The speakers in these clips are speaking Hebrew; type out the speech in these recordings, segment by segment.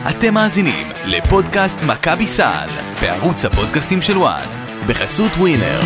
אתם מאזינים לפודקאסט מכבי סל, בערוץ הפודקאסטים של וואן, בחסות ווינר.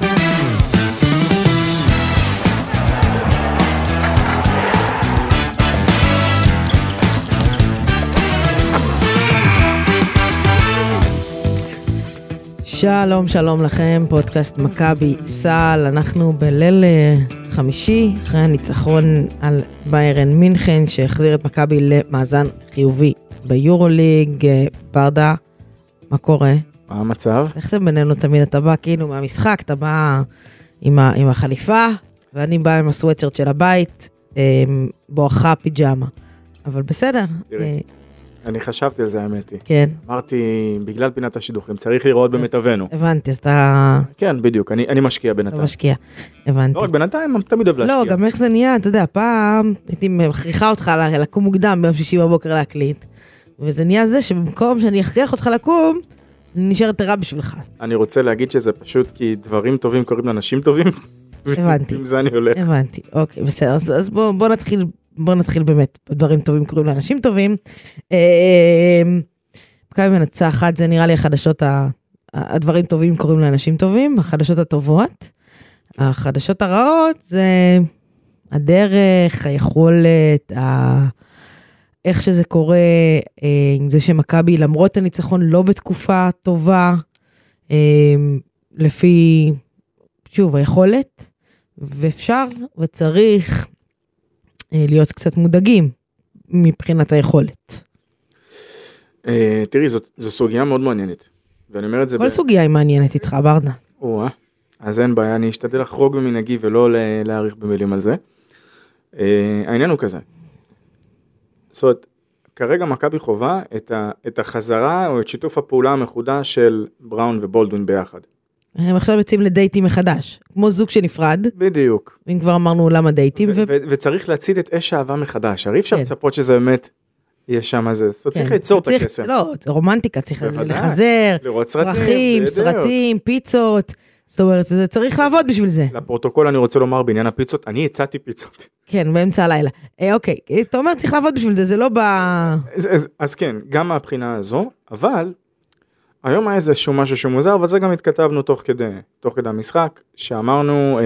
שלום, שלום לכם, פודקאסט מכבי סל. אנחנו בליל חמישי, אחרי הניצחון על ביירן מינכן, שהחזיר את מכבי למאזן חיובי ביורוליג. ברדה, מה קורה? מה המצב? איך זה בינינו תמיד? אתה בא כאילו מהמשחק, אתה בא עם החליפה, ואני בא עם הסוואטשרט של הבית, בואכה פיג'מה. אבל בסדר. תראי. אני חשבתי על זה, האמת היא. כן. אמרתי, בגלל פינת השידוכים, צריך לראות במיטבנו. הבנתי, אז אתה... כן, בדיוק, אני משקיע בינתיים. אתה משקיע, הבנתי. לא רק בינתיים, תמיד אוהב להשקיע. לא, גם איך זה נהיה, אתה יודע, פעם הייתי מכריחה אותך לקום מוקדם ביום שישי בבוקר להקליט, וזה נהיה זה שבמקום שאני אכריח אותך לקום, אני נשארת רע בשבילך. אני רוצה להגיד שזה פשוט כי דברים טובים קוראים לאנשים טובים. הבנתי. עם זה אני הולך. הבנתי, אוקיי, בסדר, אז בוא נתחיל באמת, דברים טובים קוראים לאנשים טובים. מכבי מנצחת, זה נראה לי החדשות, הדברים טובים קוראים לאנשים טובים, החדשות הטובות. החדשות הרעות זה הדרך, היכולת, איך שזה קורה, עם זה שמכבי למרות הניצחון לא בתקופה טובה, לפי, שוב, היכולת, ואפשר וצריך להיות קצת מודאגים מבחינת היכולת. תראי, זו סוגיה מאוד מעניינת. ואני אומר את זה... כל סוגיה היא מעניינת איתך, ברדה. אז אין בעיה, אני אשתדל לחרוג במנהגי ולא להאריך במילים על זה. העניין הוא כזה. זאת אומרת, כרגע מכבי חובה את החזרה או את שיתוף הפעולה המחודש של בראון ובולדווין ביחד. הם עכשיו יוצאים לדייטים מחדש, כמו זוג שנפרד. בדיוק. אם כבר אמרנו למה דייטים. וצריך להציד את אש האהבה מחדש. הרי אפשר לצפות שזה באמת יש שם זה. זאת אומרת, צריך ליצור את הקסם. לא, רומנטיקה, צריך לחזר, לראות פרחים, סרטים, פיצות. זאת אומרת, זה צריך לעבוד בשביל זה. לפרוטוקול אני רוצה לומר בעניין הפיצות, אני הצעתי פיצות. כן, באמצע הלילה. אוקיי, אתה אומר צריך לעבוד בשביל זה, זה לא אז כן, גם מהבחינה הזו, אבל היום היה איזשהו משהו שמוזר, אבל זה גם התכתבנו תוך כדי המשחק, שאמרנו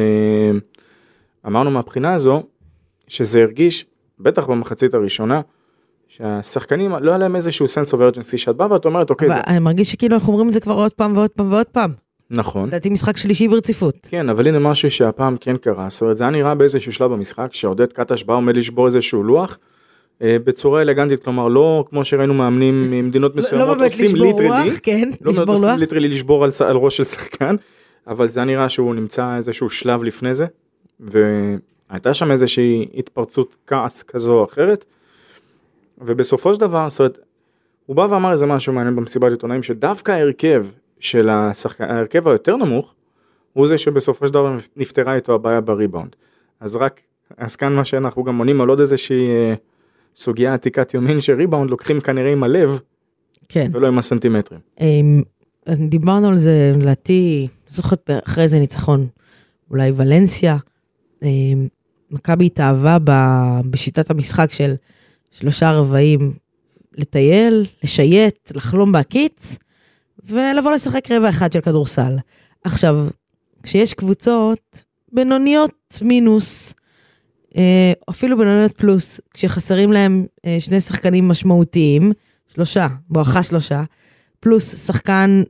מהבחינה הזו, שזה הרגיש, בטח במחצית הראשונה, שהשחקנים לא היה להם איזשהו sense of urgency, שאת באה ואת אומרת, אוקיי, זה... אני מרגיש שכאילו אנחנו אומרים את זה כבר עוד פעם ועוד פעם ועוד פעם. נכון. לדעתי משחק שלישי ברציפות. כן, אבל הנה משהו שהפעם כן קרה, זאת אומרת, זה היה נראה באיזשהו שלב במשחק, שעודד קטש בא עומד לשבור איזשהו לוח, בצורה אלגנטית, כלומר, לא כמו שראינו מאמנים ממדינות מסוימות, עושים ליטרלי, לא עושים ליטרלי לשבור על ראש של שחקן, אבל זה נראה שהוא נמצא איזשהו שלב לפני זה, והייתה שם איזושהי התפרצות כעס כזו או אחרת, ובסופו של דבר, זאת אומרת, הוא בא ואמר איזה משהו מעניין במסיבת עיתונאים, שדווקא ההרכב של ההרכב היותר נמוך, הוא זה שבסופו של דבר נפתרה איתו הבעיה בריבאונד. אז כאן מה שאנחנו גם מונים על עוד איזושהי סוגיה עתיקת יומין, שריבאונד לוקחים כנראה עם הלב, כן. ולא עם הסנטימטרים. דיברנו על זה, לדעתי, זוכרת אחרי זה ניצחון, אולי ולנסיה, מכבי התאהבה בשיטת המשחק של 3 רבעים, לטייל, לשייט, לחלום בהקיץ, ולבוא לשחק רבע אחד של כדורסל. עכשיו, כשיש קבוצות בינוניות מינוס, אפילו בינוניות פלוס, כשחסרים להם 2 שחקנים משמעותיים, 3, בואכה 3, פלוס שחקן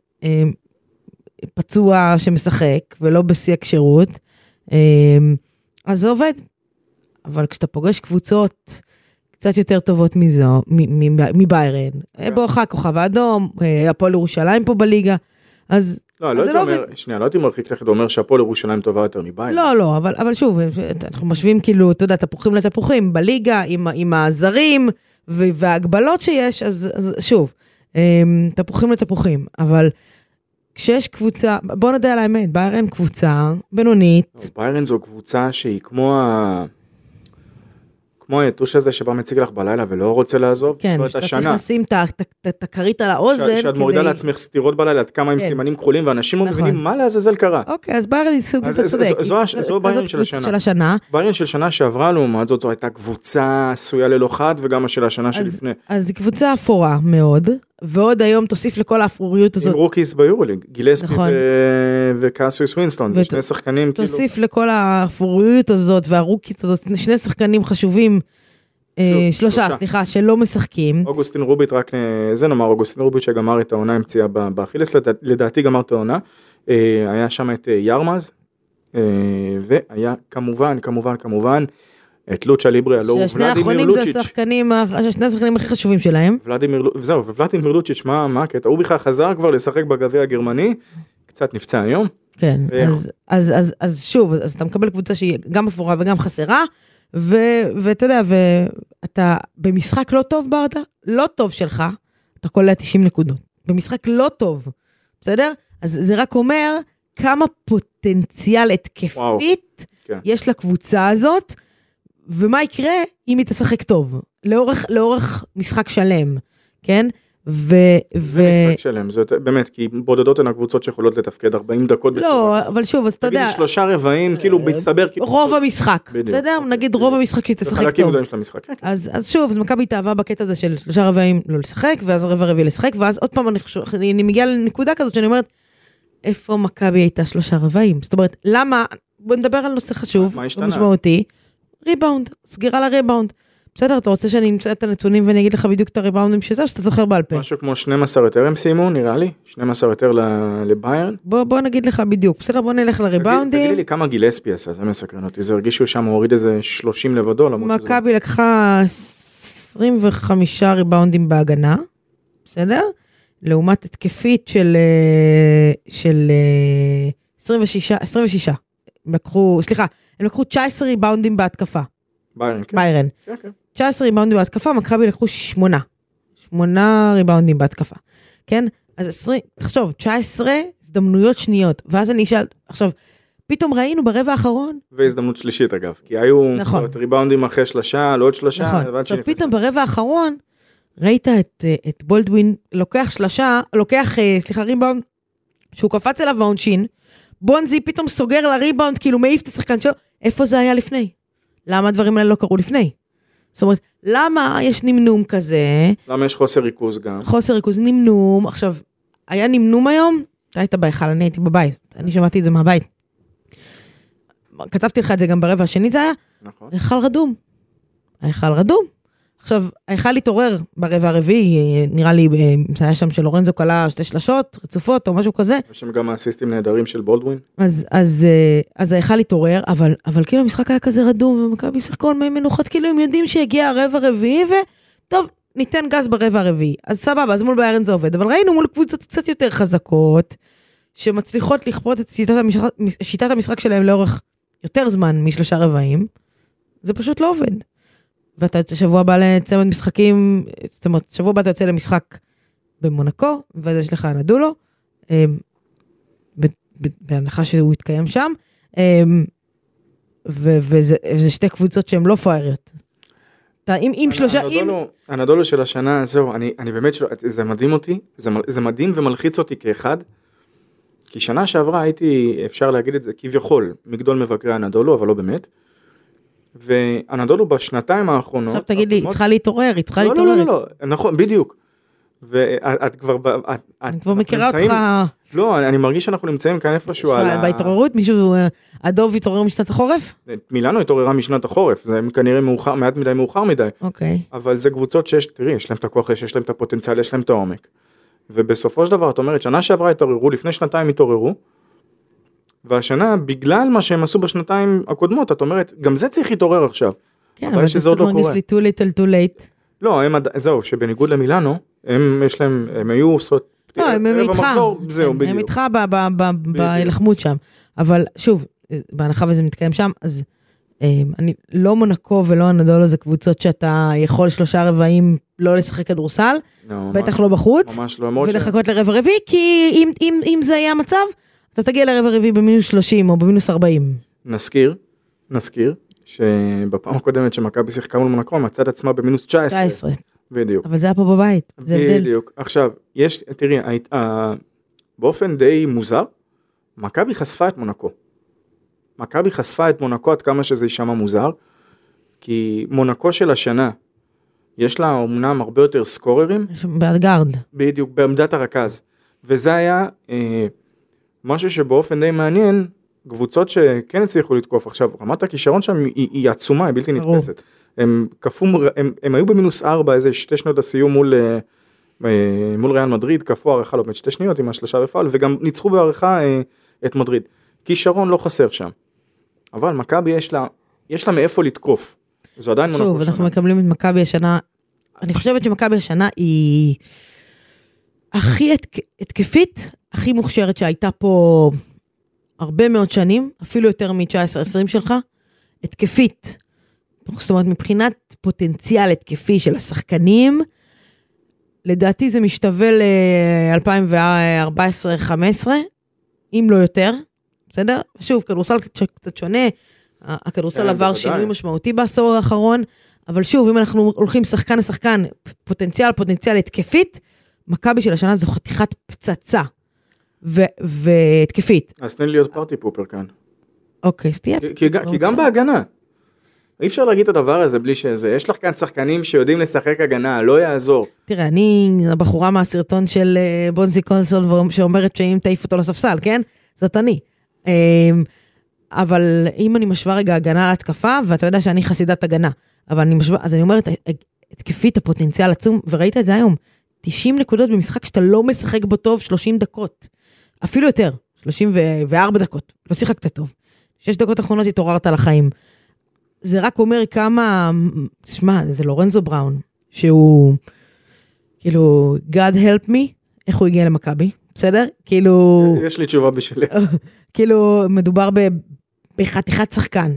פצוע שמשחק, ולא בשיא הקשירות, אז זה עובד. אבל כשאתה פוגש קבוצות קצת יותר טובות מזו, מביירן, בואכה כוכב האדום, הפועל ירושלים פה בליגה, אז לא הייתי מרחיק לכת, אומר שהפועל ירושלים טובה יותר מביירן. לא, אבל שוב, אנחנו משווים כאילו, אתה יודע, תפוחים לתפוחים, בליגה, עם הזרים, וההגבלות שיש, אז שוב, תפוחים לתפוחים, אבל כשיש קבוצה, בוא נדע על האמת, ביירן קבוצה בינונית. ביירן זו קבוצה שהיא כמו כמו היתוש הזה שבא מציג לך בלילה ולא רוצה לעזוב, כן, שאתה צריך לשים את הכרית על האוזן. שאת מורידה לעצמך סתירות בלילה, עד כמה עם סימנים כחולים, ואנשים מבינים מה לעזאזל קרה. אוקיי, אז ביירן סוג קצת צודק. זו ביירן של השנה. ביירן של שנה שעברה, לעומת זאת, זו הייתה קבוצה עשויה ללא חד, וגם של השנה שלפני. אז היא קבוצה אפורה מאוד, ועוד היום תוסיף לכל האפרוריות הזאת. עם רוקיס ביורוליג, גילספי וקאסיוס ווינסטון, זה שני שחקנים כאילו. תוסיף לכל האפרוריות הזאת והרוקיס הזאת, שני שחקנים חשובים, שלושה, שלא משחקים. אוגוסטין רוביט, רק זה נאמר, אוגוסטין רוביט שגמר את העונה עם פציעה באכילס, לדעתי גמר את העונה, היה שם את ירמז, והיה כמובן, את לוצ'ה ליברי, הלא הוא ולדימיר לוצ'יץ'. שני השחקנים הכי חשובים שלהם. וזהו, ולדימיר לוצ'יץ', מה הקטע? הוא בכלל חזר כבר לשחק בגביע הגרמני, קצת נפצע היום. כן, אז שוב, אז אתה מקבל קבוצה שהיא גם אפורה וגם חסרה, ואתה יודע, ואתה במשחק לא טוב ברדה, לא טוב שלך, אתה קולע 90 נקודות. במשחק לא טוב, בסדר? אז זה רק אומר כמה פוטנציאל התקפית יש לקבוצה הזאת, ומה יקרה אם היא תשחק טוב, לאורך משחק שלם, כן? משחק שלם, זה באמת, כי בודדות הן הקבוצות שיכולות לתפקד 40 דקות בצורה. לא, אבל שוב, אז אתה יודע. תגידי 3 רבעים, כאילו מצטבר. רוב המשחק, בסדר? נגיד רוב המשחק שהיא תשחק טוב. חלקים גדולים של המשחק. אז שוב, אז מכבי תאהבה בקטע הזה של 3 רבעים לא לשחק, ואז רבע רביעי לשחק, ואז עוד פעם אני מגיעה לנקודה כזאת שאני אומרת, איפה מכבי הייתה 3 רבעים? זאת אומרת, למה, בוא נדבר על נושא חשוב, משמעותי, ריבאונד, סגירה לריבאונד. בסדר, אתה רוצה שאני אמצא את הנתונים ואני אגיד לך בדיוק את הריבאונדים שזה, או שאתה זוכר בעל פה? משהו כמו 12 יותר הם סיימו, נראה לי, 12 יותר לביירן. בוא נגיד לך בדיוק, בסדר, בוא נלך לריבאונדים. תגידי לי כמה גילספי עשה, זה מסקרן אותי, זה הרגישו שם, הוא הוריד איזה 30 לבדו. מכבי לקחה 25 ריבאונדים בהגנה, בסדר? לעומת התקפית של 26. הם לקחו 19 ריבאונדים בהתקפה. ביירן. 19 ריבאונדים בהתקפה, מכבי לקחו 8 ריבאונדים בהתקפה. כן? אז תחשוב, 19 הזדמנויות שניות, ואז אני אשאל, עכשיו, פתאום ראינו ברבע האחרון. והזדמנות שלישית אגב, כי היו ריבאונדים אחרי 3, לא עוד 3. עכשיו פתאום ברבע האחרון, ראית את בולדווין, לוקח ריבאונד, שהוא קפץ אליו בעונשין, בונזי פתאום סוגר לריבאונד, כאילו מעיף את השחקן שלו, איפה זה היה לפני? למה הדברים האלה לא קרו לפני? זאת אומרת, למה יש נמנום כזה? למה יש חוסר ריכוז גם? חוסר ריכוז, נמנום. עכשיו, היה נמנום היום? אתה היית בהיכל, אני הייתי בבית. אני שמעתי את זה מהבית. כתבתי לך את זה גם ברבע השני, זה היה? נכון. היכל רדום. עכשיו, היכל התעורר ברבע הרביעי, נראה לי, זה היה שם של לורנזו קלה 2 שלשות, רצופות או משהו כזה. יש שם גם אסיסטים נהדרים של בולדווין. אז היכל התעורר, אבל כאילו המשחק היה כזה רדום, ומכבי שיחקו על מי מנוחות, כאילו הם יודעים שהגיע הרבע הרביעי, וטוב, ניתן גז ברבע הרביעי. אז סבבה, אז מול ביירן זה עובד, אבל ראינו מול קבוצות קצת יותר חזקות, שמצליחות לכפות את שיטת המשחק שלהם לאורך יותר זמן מ3 רבעים, זה פשוט לא עובד. ואתה יוצא שבוע הבא לצמד משחקים, זאת אומרת, שבוע הבא אתה יוצא למשחק במונקו, ואז יש לך אנדולו, בהנחה שהוא יתקיים שם, וזה 2 קבוצות שהן לא פייריות. עם 3... אנדולו של השנה, זהו, אני באמת, זה מדהים אותי, זה מדהים ומלחיץ אותי כאחד, כי שנה שעברה הייתי, אפשר להגיד את זה, כביכול, מגדול מבקרי אנדולו, אבל לא באמת, ואנדולו בשנתיים האחרונות... עכשיו תגיד לי, היא צריכה להתעורר, לא, נכון, בדיוק. ואת כבר... אני כבר מכירה אותך... לא, אני מרגיש שאנחנו נמצאים כאן איפשהו על ה... בהתעוררות, מישהו, הדוב התעורר משנת החורף? מילאנו התעוררה משנת החורף, זה כנראה מעט מדי, מאוחר מדי. אוקיי. אבל זה קבוצות תראי, יש להם את הכוח, יש להם את הפוטנציאל, יש להם את העומק. ובסופו של דבר, את אומרת, שנה שעברה התעוררו, לפני 2 התעוררו, והשנה, בגלל מה שהם עשו בשנתיים הקודמות, את אומרת, גם זה צריך להתעורר עכשיו. כן, אבל זה עוד לא קורה. לי too little too late. לא, זהו, שבניגוד למילאנו, הם היו עושות... לא, הם איתך. הם איתך בלחמות שם. אבל שוב, בהנחה וזה מתקיים שם, אז לא מונקו ולא אנדולו, זה קבוצות שאתה יכול 3 רבעים לא לשחק כדורסל, בטח לא בחוץ, ולחכות לרבע רביעי, כי אם זה יהיה המצב, אתה תגיע לרבע רביעי במינוס 30 או במינוס 40. נזכיר שבפעם הקודמת שמכבי שיחקה מול מונקו, מצאת עצמה במינוס 19. בדיוק. אבל זה היה פה בבית, זה הבדל. בדיוק. עכשיו, תראי, באופן די מוזר, מכבי חשפה את מונקו. מכבי חשפה את מונקו עד כמה שזה יישמע מוזר, כי מונקו של השנה, יש לה אומנם הרבה יותר סקוררים. באדגרד. בדיוק, בעמדת הרכז. וזה היה משהו שבאופן די מעניין, קבוצות שכן הצליחו לתקוף. עכשיו, רמת הכישרון שם היא עצומה, היא בלתי נתפסת. הם היו במינוס 4, איזה 2 שנות הסיום מול ריאל מדריד, קפו הערכה לא בין 2 שניות עם השלושה בפעל, וגם ניצחו בערכה את מדריד. כישרון לא חסר שם. אבל מכבי יש לה מאיפה לתקוף. זו עדיין מונקו שונה. שוב, אנחנו מקבלים את מכבי השנה, אני חושבת שמכבי השנה היא הכי התקפית, הכי מוכשרת שהייתה פה הרבה מאוד שנים, אפילו יותר מ-19-20 שלך, התקפית. זאת אומרת, מבחינת פוטנציאל התקפי של השחקנים, לדעתי זה משתווה ל-2014-2015, אם לא יותר, בסדר? שוב, כדורסל קצת שונה, הכדורסל עבר שינוי משמעותי בעשור האחרון, אבל שוב, אם אנחנו הולכים שחקן לשחקן, פוטנציאל התקפית, מכבי של השנה זו חתיכת פצצה, והתקפית. אז תן לי להיות פארטי פופר כאן. אוקיי, סתייה. כי גם בהגנה. אי אפשר להגיד את הדבר הזה בלי שזה. יש לך כאן שחקנים שיודעים לשחק הגנה, לא יעזור. תראה, אני הבחורה מהסרטון של בונזי קולסון, שאומרת שאם תעיף אותו לספסל, כן? זאת אני. אבל אם אני משווה רגע הגנה להתקפה, ואתה יודע שאני חסידת הגנה, אבל אני משווה, אז אני אומרת, התקפית הפוטנציאל עצום, וראית את זה היום, 90 נקודות במשחק שאתה לא משחק בו טוב 30 דקות. אפילו יותר, 34 דקות. לא שיחקת טוב. 6 דקות האחרונות התעוררת על החיים. זה רק אומר כמה, תשמע, זה לורנזו בראון, שהוא, כאילו, God help me, איך הוא הגיע למכבי, בסדר? כאילו... יש לי תשובה בשבילי. כאילו, מדובר בחתיכת שחקן,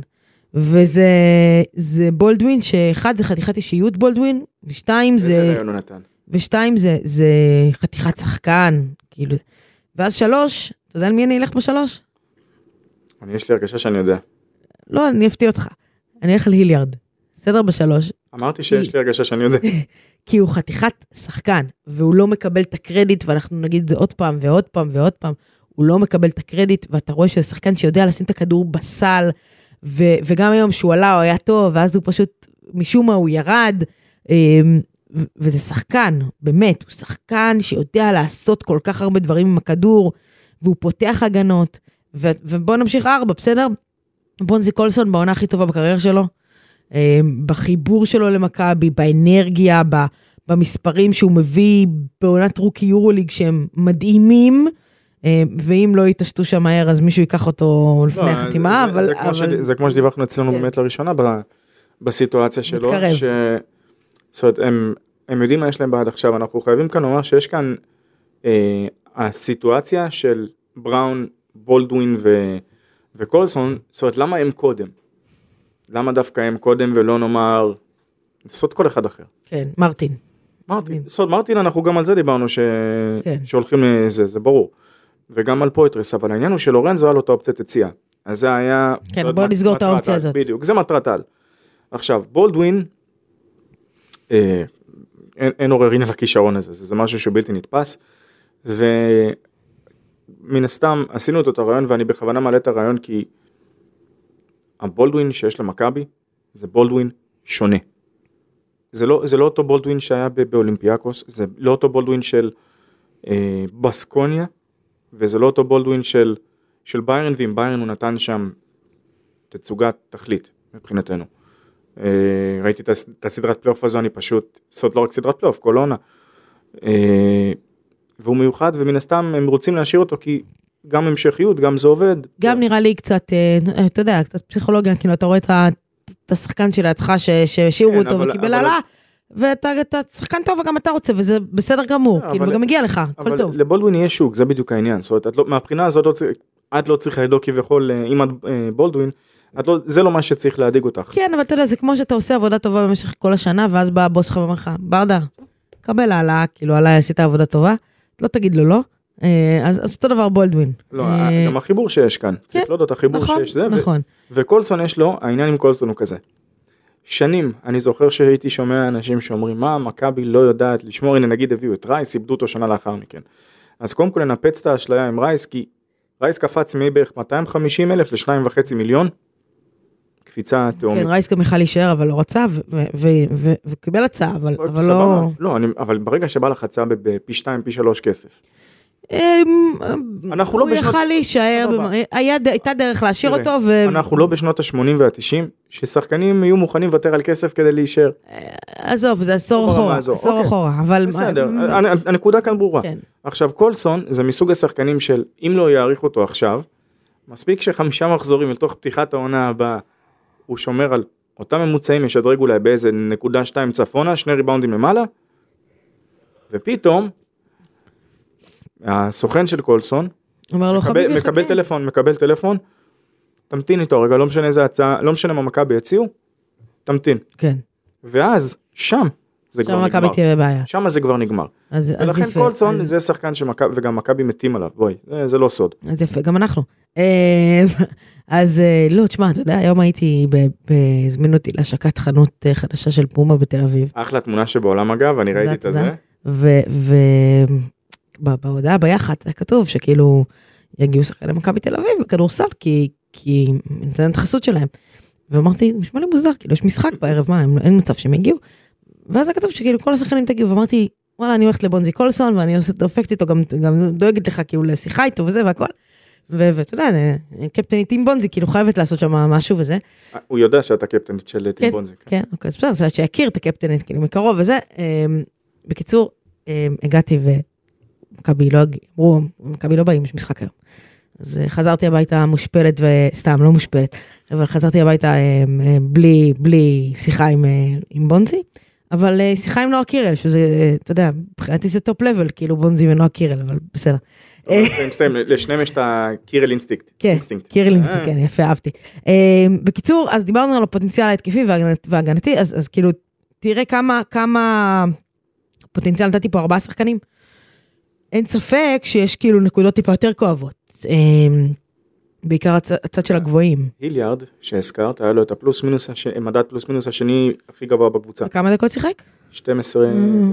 וזה בולדווין, שאחד זה חתיכת אישיות בולדווין, ושתיים זה... איזה רעיון הוא נתן. ושתיים זה חתיכת שחקן, כאילו, ואז 3, אתה יודע על מי אני אלך ב3? יש לי הרגשה שאני יודע. לא, אני אפתיע אותך. אני אלך על היליארד, בסדר ב3. אמרתי שיש לי הרגשה שאני יודע. כי הוא חתיכת שחקן, והוא לא מקבל את הקרדיט, ואנחנו נגיד את זה עוד פעם ועוד פעם ועוד פעם, הוא לא מקבל את הקרדיט, ואתה רואה שזה שחקן שיודע לשים את הכדור בסל, וגם היום שהוא עלה, הוא היה טוב, ואז הוא פשוט, משום מה הוא ירד, וזה שחקן, באמת, הוא שחקן שיודע לעשות כל כך הרבה דברים עם הכדור, והוא פותח הגנות, ובואו נמשיך 4, בסדר? בונזי קולסון בעונה הכי טובה בקריירה שלו, בחיבור שלו למכבי, באנרגיה, במספרים שהוא מביא בעונת רוקי יורוליג שהם מדהימים, ואם לא יתעשתו שם מהר, אז מישהו ייקח אותו לפני החתימה, אבל... זה כמו שדיווחנו אצלנו באמת לראשונה, בסיטואציה שלו, זאת אומרת, הם יודעים מה יש להם בעד עכשיו, אנחנו חייבים כאן לומר שיש כאן הסיטואציה של בראון, בולדווין וקולסון, זאת אומרת, למה הם קודם? למה דווקא הם קודם ולא נאמר, זאת כל אחד אחר? כן, מרטין. זאת אומרת, מרטין, אנחנו גם על זה דיברנו, שהולכים לזה, זה ברור. וגם על פויטרס, אבל העניין הוא שלורנזו היה לו את האופציית יציאה. אז זה היה... כן, בואו נסגור את האופציה הזאת. בדיוק, זה מטרת על. עכשיו, בולדווין, אין עוררין על הכישרון הזה, זה משהו שהוא בלתי נתפס, ומן הסתם עשינו את אותו הרעיון, ואני בכוונה מעלה את הרעיון, כי הבולדווין שיש למכבי, זה בולדווין שונה. זה לא אותו בולדווין שהיה באולימפיאקוס, זה לא אותו בולדווין של בסקוניה, וזה לא אותו בולדווין של ביירן, ועם ביירן הוא נתן שם תצוגת תכלית, מבחינתנו. ראיתי את הסדרת פלייאוף הזו, אני פשוט, זאת לא רק סדרת פלייאוף, כל עונה. והוא מיוחד, ומן הסתם הם רוצים להשאיר אותו, כי גם המשכיות, גם זה עובד. גם נראה לי קצת, אתה יודע, קצת פסיכולוגיה, כאילו אתה רואה את השחקן שלעתך שהשאירו אותו וקיבל עלה, ואתה שחקן טוב וגם אתה רוצה, וזה בסדר גמור, כאילו, וגם מגיע לך, הכל טוב. אבל לבולדווין יהיה שוק, זה בדיוק העניין, זאת אומרת, מהבחינה הזאת, את לא צריכה לדאוג כביכול, אם את בולדווין, זה לא מה שצריך להדיג אותך. כן, אבל אתה יודע, זה כמו שאתה עושה עבודה טובה במשך כל השנה, ואז בא הבוס שלך ואומר לך, ברדה, קבל העלה, כאילו עליי עשית עבודה טובה, לא תגיד לו לא, אז אותו דבר בולדווין. לא, גם החיבור שיש כאן. צריך להודות, החיבור שיש זה. נכון. וקולסון יש לו, העניין עם קולסון הוא כזה. שנים, אני זוכר שהייתי שומע אנשים שאומרים, מה, מכבי לא יודעת לשמור, הנה נגיד הביאו את רייס, איבדו אותו שנה לאחר מכן. אז קודם כל ננפץ את האשליה עם רייס, כי רייס קפץ מבערך 250,000 ל2.5 מיליון, קפיצה תאומית. כן, רייס גם יכל להישאר, אבל לא רצה, וקיבל הצעה, אבל לא... לא, אבל ברגע שבא לך הצעה בפי 2, פי 3 כסף. הוא יכל להישאר, הייתה דרך להשאיר אותו. אנחנו לא בשנות ה-80 וה-90, ששחקנים יהיו מוכנים לוותר על כסף כדי להישאר. עזוב, זה עשור אחורה. בסדר, הנקודה כאן ברורה. עכשיו, קולסון זה מסוג השחקנים של, אם לא יעריך אותו עכשיו, מספיק ש5 מחזורים לתוך פתיחת העונה הבאה, הוא שומר על אותם ממוצעים, ישדרג אולי באיזה 0.2 צפונה, 2 ריבאונדים למעלה, הסוכן של קולסון, מקבל טלפון, תמתין איתו רגע, לא משנה איזה הצעה, לא משנה מה מכבי יציעו, תמתין. כן. ואז שם זה כבר נגמר. שם זה כבר נגמר. ולכן קולסון זה שחקן וגם מכבי מתים עליו, בואי, זה לא סוד. אז יפה, גם אנחנו. אז לא, תשמע, אתה יודע, היום הייתי, הזמינו אותי להשקת חנות חדשה של פומה בתל אביב. אחלה תמונה שבעולם אגב, אני ראיתי את זה. בהודעה ביחד, זה כתוב שכאילו יגיעו שחקני מכבי תל אביב בכדורסל, כי נתנת חסות שלהם. ואמרתי, נשמע לי מוזר, כאילו יש משחק בערב, מה, אין מצב שהם יגיעו. ואז זה כתוב שכאילו כל השחקנים תגיעו, ואמרתי, וואלה, אני הולכת לבונזי קולסון, ואני דופקת איתו, גם דואגת לך כאילו לשיחה איתו וזה והכל. ואתה יודע, קפטנית טים בונזי, כאילו חייבת לעשות שם משהו וזה. הוא יודע שאתה קפטנית של טים בונזי. כן, אוקיי, אז בסדר, שיכיר את הקפטנית, כאילו מקרוב וזה. בקיצור, הגעתי מכבי לא באים, יש משחק היום. אז חזרתי הביתה מושפלת וסתם, לא מושפלת, אבל חזרתי הביתה בלי שיחה עם בונזי, אבל שיחה עם נועה קירל, שזה, אתה יודע, מבחינתי זה טופ לבל, כאילו בונזי ונועה קירל, אבל בסדר. לשניהם יש את הקירל אינסטינקט. כן, קירל אינסטינקט, כן, יפה, אהבתי. בקיצור, אז דיברנו על הפוטנציאל ההתקפי והגנתי, אז כאילו, תראה כמה פוטנציאל נתתי פה 4 שחקנים. אין ספק שיש כאילו נקודות טיפה יותר כואבות, בעיקר הצד של הגבוהים. היליארד, שהזכרת, היה לו את הפלוס מינוס, מדד פלוס מינוס השני הכי גבוה בקבוצה. כמה דקות שיחק? 12.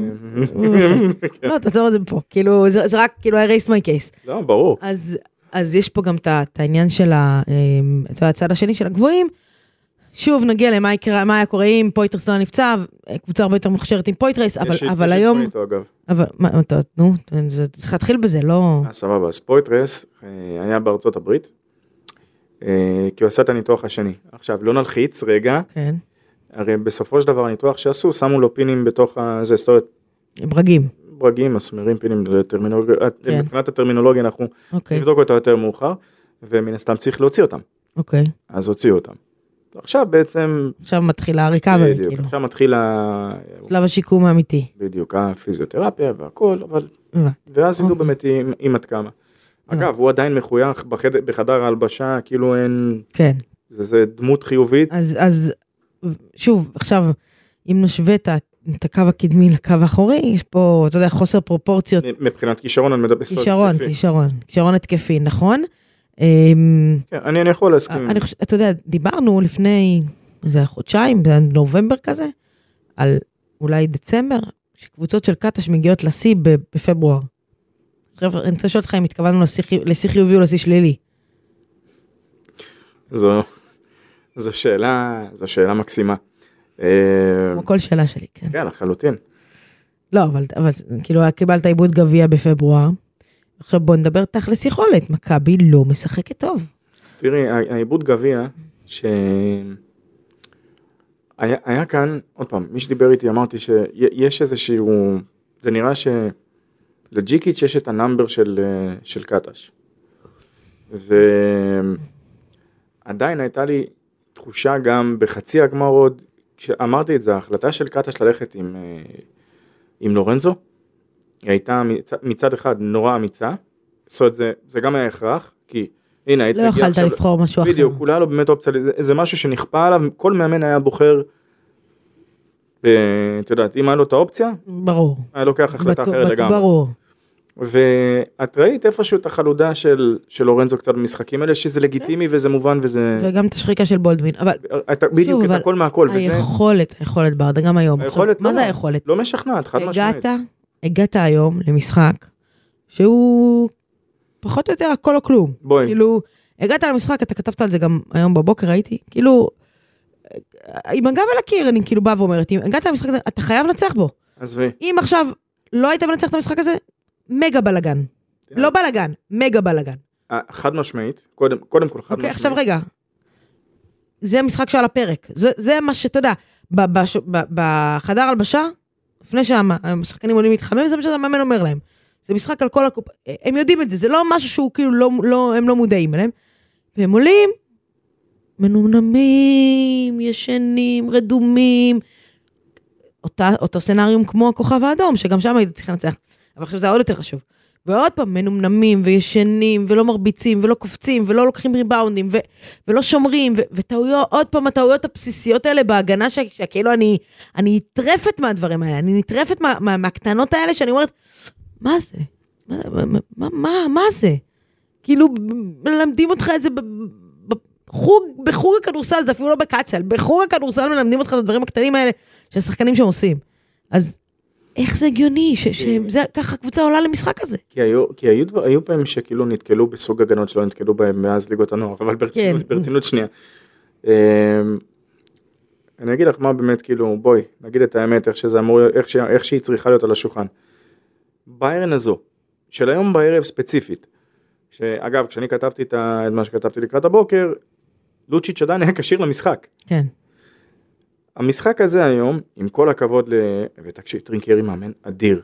לא, תעצור את זה פה, כאילו, זה רק, כאילו, I raised my case. לא, ברור. אז יש פה גם את העניין של הצד השני של הגבוהים, שוב נגיע למה היה קורה אם פויטרס לא נפצע, קבוצה הרבה יותר מוכשרת עם פויטרס, אבל היום... אבל, נו, צריך להתחיל בזה, לא... סבבה, אז פויטרס היה בארצות הברית, כי הוא עשה את הניתוח השני. עכשיו, לא נלחיץ רגע, כן. הרי בסופו של דבר הניתוח שעשו, שמו לו פינים בתוך זה, זאת אומרת... ברגים, מסמרים פינים לטרמינולוגיה, מבחינת הטרמינולוגיה אנחנו נבדוק אותה יותר מאוחר, ומן הסתם צריך להוציא אותם. אוקיי. אז הוציאו אותם. עכשיו בעצם... עכשיו מתחילה הריקאברי, כאילו. עכשיו מתחיל שלב השיקום האמיתי. בדיוק, הפיזיותרפיה והכל, אבל... ואז ידעו באמת עם עד כמה. אגב, הוא עדיין מחוייך בחדר ההלבשה, כאילו אין... כן. זה דמות חיובית. אז שוב, עכשיו, אם נשווה את הקו הקדמי לקו האחורי, יש פה, אתה יודע, חוסר פרופורציות. מבחינת כישרון, אני מדבר כישרון התקפי, נכון? אני יכול להסכים. אתה יודע, דיברנו לפני איזה חודשיים, בנובמבר כזה, על אולי דצמבר, שקבוצות של קטש מגיעות לשיא בפברואר. עכשיו, אני רוצה לשאול אותך אם התכוונו לשיא חיובי או לשיא שלילי. זו שאלה מקסימה. כמו כל שאלה שלי, כן. כן, לחלוטין. לא, אבל כאילו, קיבלת עיבוד גביע בפברואר, עכשיו בוא נדבר תכלס יכולת, מכבי לא משחקת טוב. תראי, העיבוד גביע, היה כאן, עוד פעם, מי שדיבר איתי אמרתי שיש איזשהו, זה נראה שלג'יקיץ' יש את הנאמבר של קטש. ועדיין הייתה לי תחושה גם בחצי הגמר עוד, כשאמרתי את זה, ההחלטה של קטש ללכת עם לורנזו, היא הייתה מצד אחד נורא אמיצה, זאת אומרת, זה גם היה הכרח, כי הנה, לא יכולת לבחור משהו אחר. בדיוק, כולה לא באמת אופציה, זה משהו שנכפה עליו, כל מאמן היה בוחר, אתה יודעת, אם היה לו את האופציה, ברור. היה לוקח החלטה אחרת לגמרי. ברור. ואת ראית איפשהו את החלודה של לורנזו קצת במשחקים האלה, שזה לגיטימי וזה מובן וזה... וגם את השחיקה של בולדווין, אבל... בדיוק, את הכל מהכל, וזה... היכולת ברדה, גם היום. מה זה היכולת? לא משכנעת, חד משמעית. הגעת היום למשחק, שהוא פחות או יותר הכל או כלום. בואי. כאילו, הגעת למשחק, אתה כתבת על זה גם היום בבוקר, ראיתי, כאילו, עם הגב על הקיר, אני כאילו באה ואומרת, אם הגעת למשחק הזה, אתה חייב לנצח בו. עזבי. אם עכשיו לא היית מנצח את המשחק הזה, מגה בלגן. לא בלגן, מגה בלגן. חד משמעית, קודם כל חד משמעית. אוקיי, עכשיו רגע. זה המשחק שעל הפרק. זה מה שאתה יודע, בחדר הלבשה, לפני שהשחקנים עולים להתחמם, זה מה שהמאמן אומר להם. זה משחק על כל הקופה. הם יודעים את זה, זה לא משהו שהוא כאילו הם לא מודעים אליהם. והם עולים, מנומנמים, ישנים, רדומים, אותו סנריום כמו הכוכב האדום, שגם שם הייתי צריך לנצח. אבל עכשיו זה עוד יותר חשוב. ועוד פעם, מנומנמים וישנים, ולא מרביצים, ולא קופצים, ולא לוקחים ריבאונדים, ולא שומרים, וטעויות, עוד פעם, הטעויות הבסיסיות האלה בהגנה, שכאילו אני נטרפת מהדברים האלה, אני נטרפת מהקטנות האלה, שאני אומרת, מה זה? מה זה? כאילו, מלמדים אותך את זה בחוג הכדורסל, זה אפילו לא בקצל, בחוג הכדורסל מלמדים אותך את הדברים הקטנים האלה, שהשחקנים שם עושים. אז איך זה הגיוני, שזה ככה קבוצה עולה למשחק הזה? כי היו פעמים שכאילו נתקלו בסוג הגנות שלא נתקלו בהם מאז ליגות הנוער, אבל ברצינות שנייה. אני אגיד לך מה באמת, כאילו, בואי, נגיד את האמת, איך שהיא צריכה להיות על השולחן. ביירן הזו, של היום בערב ספציפית, שאגב, כשאני כתבתי את מה שכתבתי לקראת הבוקר, לוצ'יץ' עדיין היה קשיר למשחק. כן. המשחק הזה היום, עם כל הכבוד ותקשיב, טרינקרי מאמן אדיר.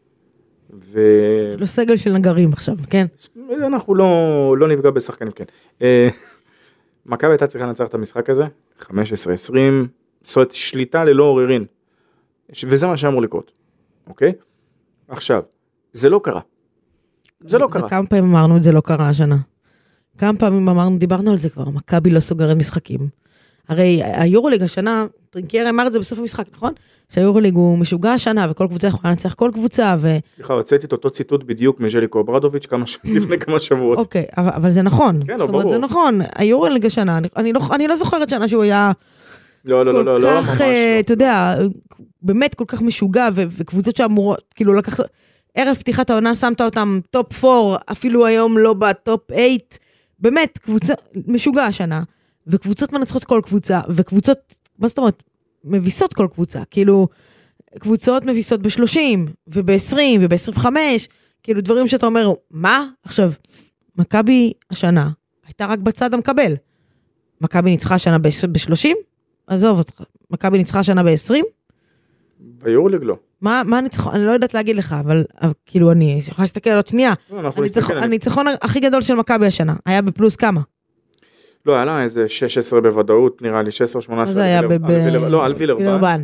לא סגל של נגרים עכשיו, כן? אנחנו לא נפגע בשחקנים, כן. מכבי הייתה צריכה לנצח את המשחק הזה, 15-20, זאת אומרת, שליטה ללא עוררין. וזה מה שאמור לקרות, אוקיי? עכשיו, זה לא קרה. זה לא קרה. כמה פעמים אמרנו את זה לא קרה השנה. כמה פעמים אמרנו, דיברנו על זה כבר, מכבי לא סוגרת משחקים. הרי היורוליג השנה, טרינקרי אמר את זה בסוף המשחק, נכון? שהיורוליג הוא משוגע השנה, וכל קבוצה יכולה לנצח כל קבוצה, סליחה, הוצאתי את אותו ציטוט בדיוק מז'ליקו אוברדוביץ' לפני כמה שבועות. אוקיי, אבל זה נכון. כן, לא, ברור. זה נכון, היורוליג השנה, אני לא זוכרת שנה שהוא היה כל כך, אתה יודע, באמת כל כך משוגע, וקבוצות שאמורות, כאילו לקחת, ערב פתיחת העונה שמת אותם טופ 4, אפילו היום לא בטופ 8, באמת, קבוצה משוגע השנה, וקבוצות מנצחות כל קבוצה, וקבוצות, מה זאת אומרת, מביסות כל קבוצה, כאילו, קבוצות מביסות ב-30, וב-20, וב-25, כאילו דברים שאתה אומר, מה? עכשיו, מכבי השנה, הייתה רק בצד המקבל. מכבי ניצחה השנה ב-30? עזוב אותך, מכבי ניצחה השנה ב-20? ביורוליג לא. מה ניצחון? אני לא יודעת להגיד לך, אבל כאילו אני יכולה להסתכל על עוד שנייה. הניצחון הכי גדול של מכבי השנה, היה בפלוס כמה? לא, היה לה איזה 16 בוודאות, נראה לי 16 או 18. זה היה על וילרבן.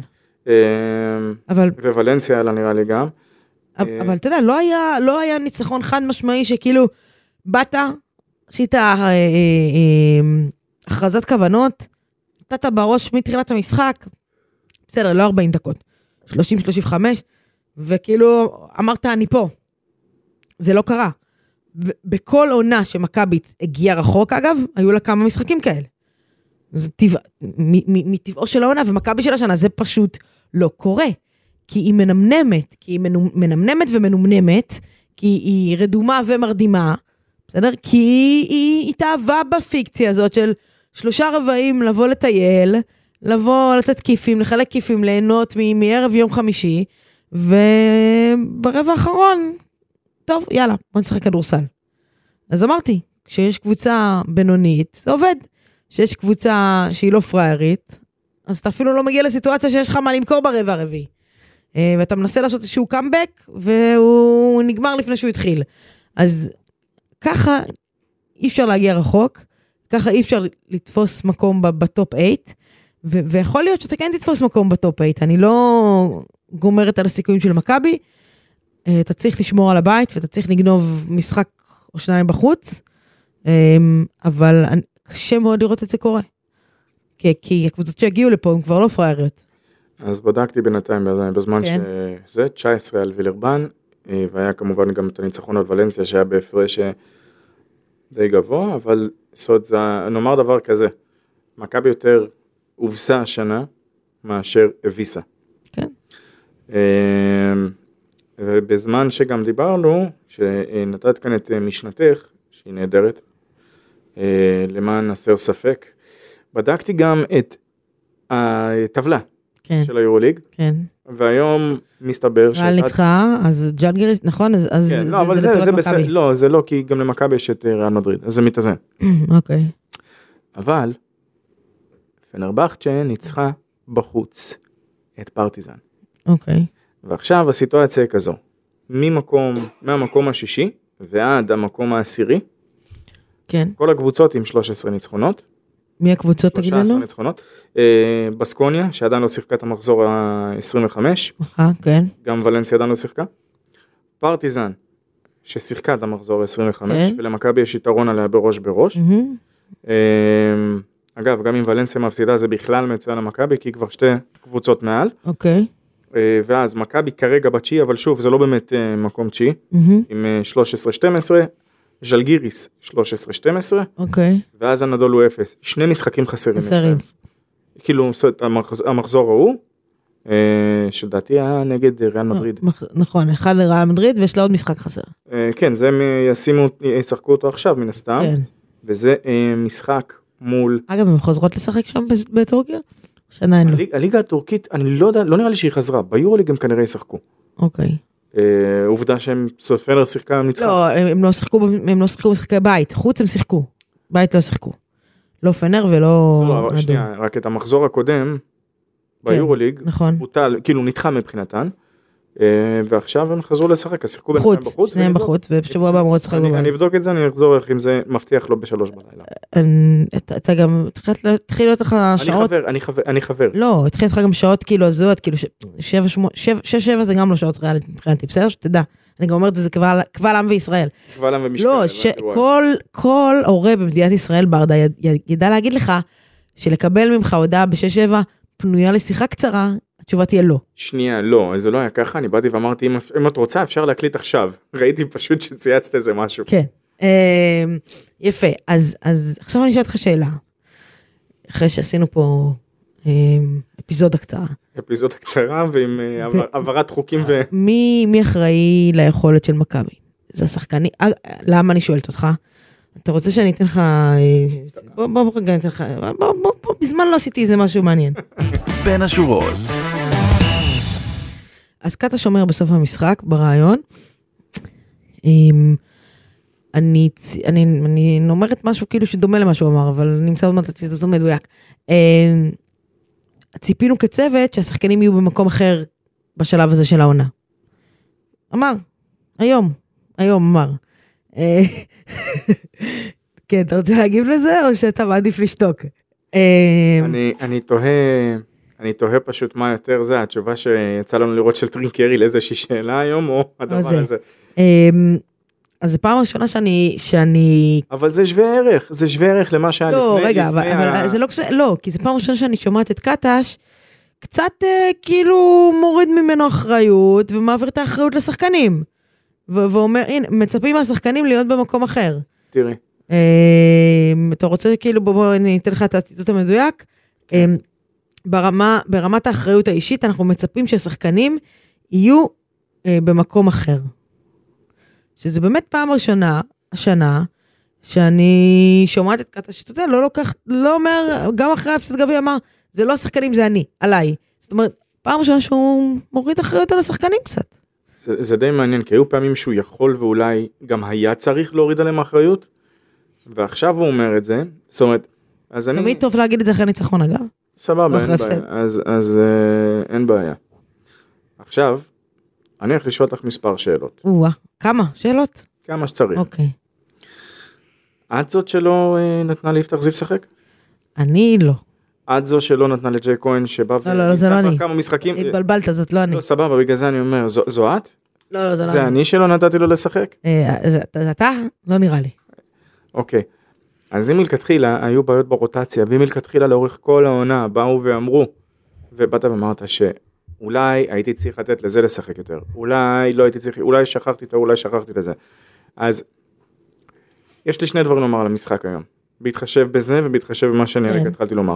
וולנסיה היה לה נראה לי גם. אבל אתה יודע, לא היה ניצחון חד משמעי שכאילו, באת, עשית הכרזת כוונות, נתת בראש מתחילת המשחק, בסדר, לא 40 דקות, 30-35, וכאילו אמרת אני פה. זה לא קרה. בכל עונה שמכבית הגיעה רחוק, אגב, היו לה כמה משחקים כאלה. מטבעו של העונה, ומכבי של השנה, זה פשוט לא קורה. כי היא מנמנמת, ומנומנמת, כי היא רדומה ומרדימה, בסדר? כי היא התאהבה בפיקציה הזאת של 3 רבעים לבוא לטייל, לבוא לתת כיפים, לחלק כיפים, ליהנות מערב יום חמישי, וברבע האחרון, טוב, יאללה, בוא נשחק כדורסל. אז אמרתי, כשיש קבוצה בינונית, זה עובד. כשיש קבוצה שהיא לא פריירית, אז אתה אפילו לא מגיע לסיטואציה שיש לך מה למכור ברבע הרביעי. ואתה מנסה לעשות איזשהו קאמבק, והוא נגמר לפני שהוא התחיל. אז ככה אי אפשר להגיע רחוק, ככה אי אפשר לתפוס מקום בטופ 8, ויכול להיות שאתה כן תתפוס מקום בטופ 8, אני לא גומרת על הסיכויים של מכבי, אתה צריך לשמור על הבית, ואתה צריך לגנוב משחק או 2 בחוץ, אבל קשה מאוד לראות את זה קורה. כי הקבוצות שהגיעו לפה הן כבר לא פרייריות. אז בדקתי בינתיים בזמן שזה 19 על וילרבן, והיה כמובן גם את הניצחון על ולנסיה שהיה בהפרש די גבוה, אבל נאמר דבר כזה, מכבי יותר הובסה השנה מאשר הביסה. כן. ובזמן שגם דיברנו, שנתת כאן את משנתך, שהיא נהדרת, למען נסר ספק, בדקתי גם את הטבלה של היורוליג, והיום מסתבר רעל ניצחה, אז ג'לגיריס, נכון? אז זה לטובת מכבי. לא, זה לא, כי גם למכבי יש את ריאל מדריד, אז זה מתאזן. אוקיי. אבל, פנרבחצ'ה ניצחה בחוץ את פרטיזן. אוקיי. ועכשיו הסיטואציה היא כזו, מהמקום השישי ועד המקום העשירי, כן. כל הקבוצות עם 13 ניצחונות. מי הקבוצות תגיד לנו? 13 ניצחונות. בסקוניה, שעדיין לא שיחקה את המחזור ה-25. כן. גם ולנסיה עדיין לא שיחקה. פרטיזן, ששיחקה את המחזור ה-25, כן. ולמכבי יש יתרון עליה בראש. אגב, גם אם ולנסיה מפסידה, זה בכלל מצוין למכבי, כי כבר שתי קבוצות מעל. אוקיי. ואז מכבי כרגע בתשיעי, אבל שוב, זה לא באמת מקום תשיעי, עם 13-12, ז'לגיריס 13-12, אוקיי. ואז הנדול הוא 0. שני משחקים חסרים. כאילו, המחזור ההוא, שלדעתי היה נגד ריאל מדריד. נכון, אחד לריאל מדריד, ויש לה עוד משחק חסר. כן, זה ישחקו אותו עכשיו, מן הסתם. כן. וזה משחק מול... אגב, הם חוזרות לשחק שם בטורקיה? שעדיין לא. הליגה הטורקית, אני לא יודע, לא נראה לי שהיא חזרה. ביורוליג הם כנראה ישחקו. אוקיי. עובדה שהם פנר שיחקה עם ניצחה. לא, הם לא שיחקו משחקי בית. חוץ הם שיחקו. בית לא שיחקו. לא פנר ולא... לא, שנייה, רק את המחזור הקודם, ביורוליג, בוטל, כאילו נדחה מבחינתן, ועכשיו הם חזרו לשחק, אז שיחקו בינתיים בחוץ. שניהם בחוץ, ובשבוע הבא אמורות לשחק בבית. אני אבדוק את זה, אני אחזור איך אם זה מבטיח לו ב3 בלילה. אתה גם, תתחיל להיות לך שעות... אני חבר. לא, התחיל לך גם שעות כאילו הזויות, כאילו 6-7 זה גם לא שעות ריאלית מבחינתי, בסדר? שתדע. אני גם אומרת את זה קבל עם וישראל. קבל עם ומשקל. לא, כל הורה במדינת ישראל ברדה ידע להגיד לך, שלקבל ממך הודעה ב6-7 פנויה לשיחה קצרה, התשובה תהיה לא. שנייה, לא, זה לא היה ככה, אני באתי ואמרתי, אם את רוצה אפשר להקליט עכשיו. ראיתי פשוט שצייצת איזה משהו. כן, יפה, אז עכשיו אני אשאל אותך שאלה. אחרי שעשינו פה אפיזודה קצרה. אפיזודה קצרה ועם עברת חוקים ו... מי אחראי ליכולת של מכבי? זה השחקני, למה אני שואלת אותך? אתה רוצה שאני אתן לך, בוא רגע אתן לך, בוא, בזמן לא עשיתי איזה משהו מעניין. בין השורות. אז קאטה שומר בסוף המשחק, ברעיון, אני אומרת משהו כאילו שדומה למה שהוא אמר, אבל נמצא עוד מעט הציטוט מדויק. ציפינו כצוות שהשחקנים יהיו במקום אחר בשלב הזה של העונה. אמר, היום אמר. כן, אתה רוצה להגיב לזה, או שאתה מעדיף לשתוק? אני תוהה פשוט מה יותר זה, התשובה שיצא לנו לראות של טרינקרי לאיזושהי שאלה היום, או הדבר הזה. אז זו פעם ראשונה שאני... אבל זה שווה ערך למה שהיה לפני. לא, רגע, אבל זה לא, כי זו פעם ראשונה שאני שומעת את קטש, קצת כאילו מוריד ממנו אחריות, ומעביר את האחריות לשחקנים. ואומר, הנה, מצפים מהשחקנים להיות במקום אחר. תראי. אתה רוצה כאילו, בוא אני אתן לך את הציטוט המדויק. ברמת האחריות האישית, אנחנו מצפים שהשחקנים יהיו במקום אחר. שזה באמת פעם ראשונה, השנה, שאני שומעת את קטע שאתה יודע, לא אומר, גם אחרי הפסד גביע אמר, זה לא השחקנים, זה אני, עליי. זאת אומרת, פעם ראשונה שהוא מוריד אחריות על השחקנים קצת. זה די מעניין, כי היו פעמים שהוא יכול ואולי גם היה צריך להוריד עליהם אחריות, ועכשיו הוא אומר את זה, זאת אומרת, אז אני... תמיד טוב להגיד את זה אחרי ניצחון אגב. סבבה, אין בעיה, אז אין בעיה. עכשיו, אני הולך לשאול אותך מספר שאלות. כמה? שאלות? כמה שצריך. אוקיי. את זאת שלא נתנה ליפתח זיו שחק? אני לא. את זו שלא נתנה לג'יי כהן שבא וניצח כמה משחקים. התבלבלת, זאת לא אני. לא, סבבה, בגלל זה אני אומר, זו את? לא, זה לא אני. זה אני שלא נתתי לו לשחק? אתה? לא נראה לי. אוקיי. אז אם מלכתחילה היו בעיות ברוטציה, ואם מלכתחילה לאורך כל העונה באו ואמרו, ובאת ואמרת שהוא אולי הייתי צריך לתת לזה לשחק יותר, אולי לא הייתי צריך, אולי שכחתי את זה. אז יש לי שני דברים לומר על המשחק היום, בהתחשב בזה ובהתחשב במה שאני רגע התחלתי לומר.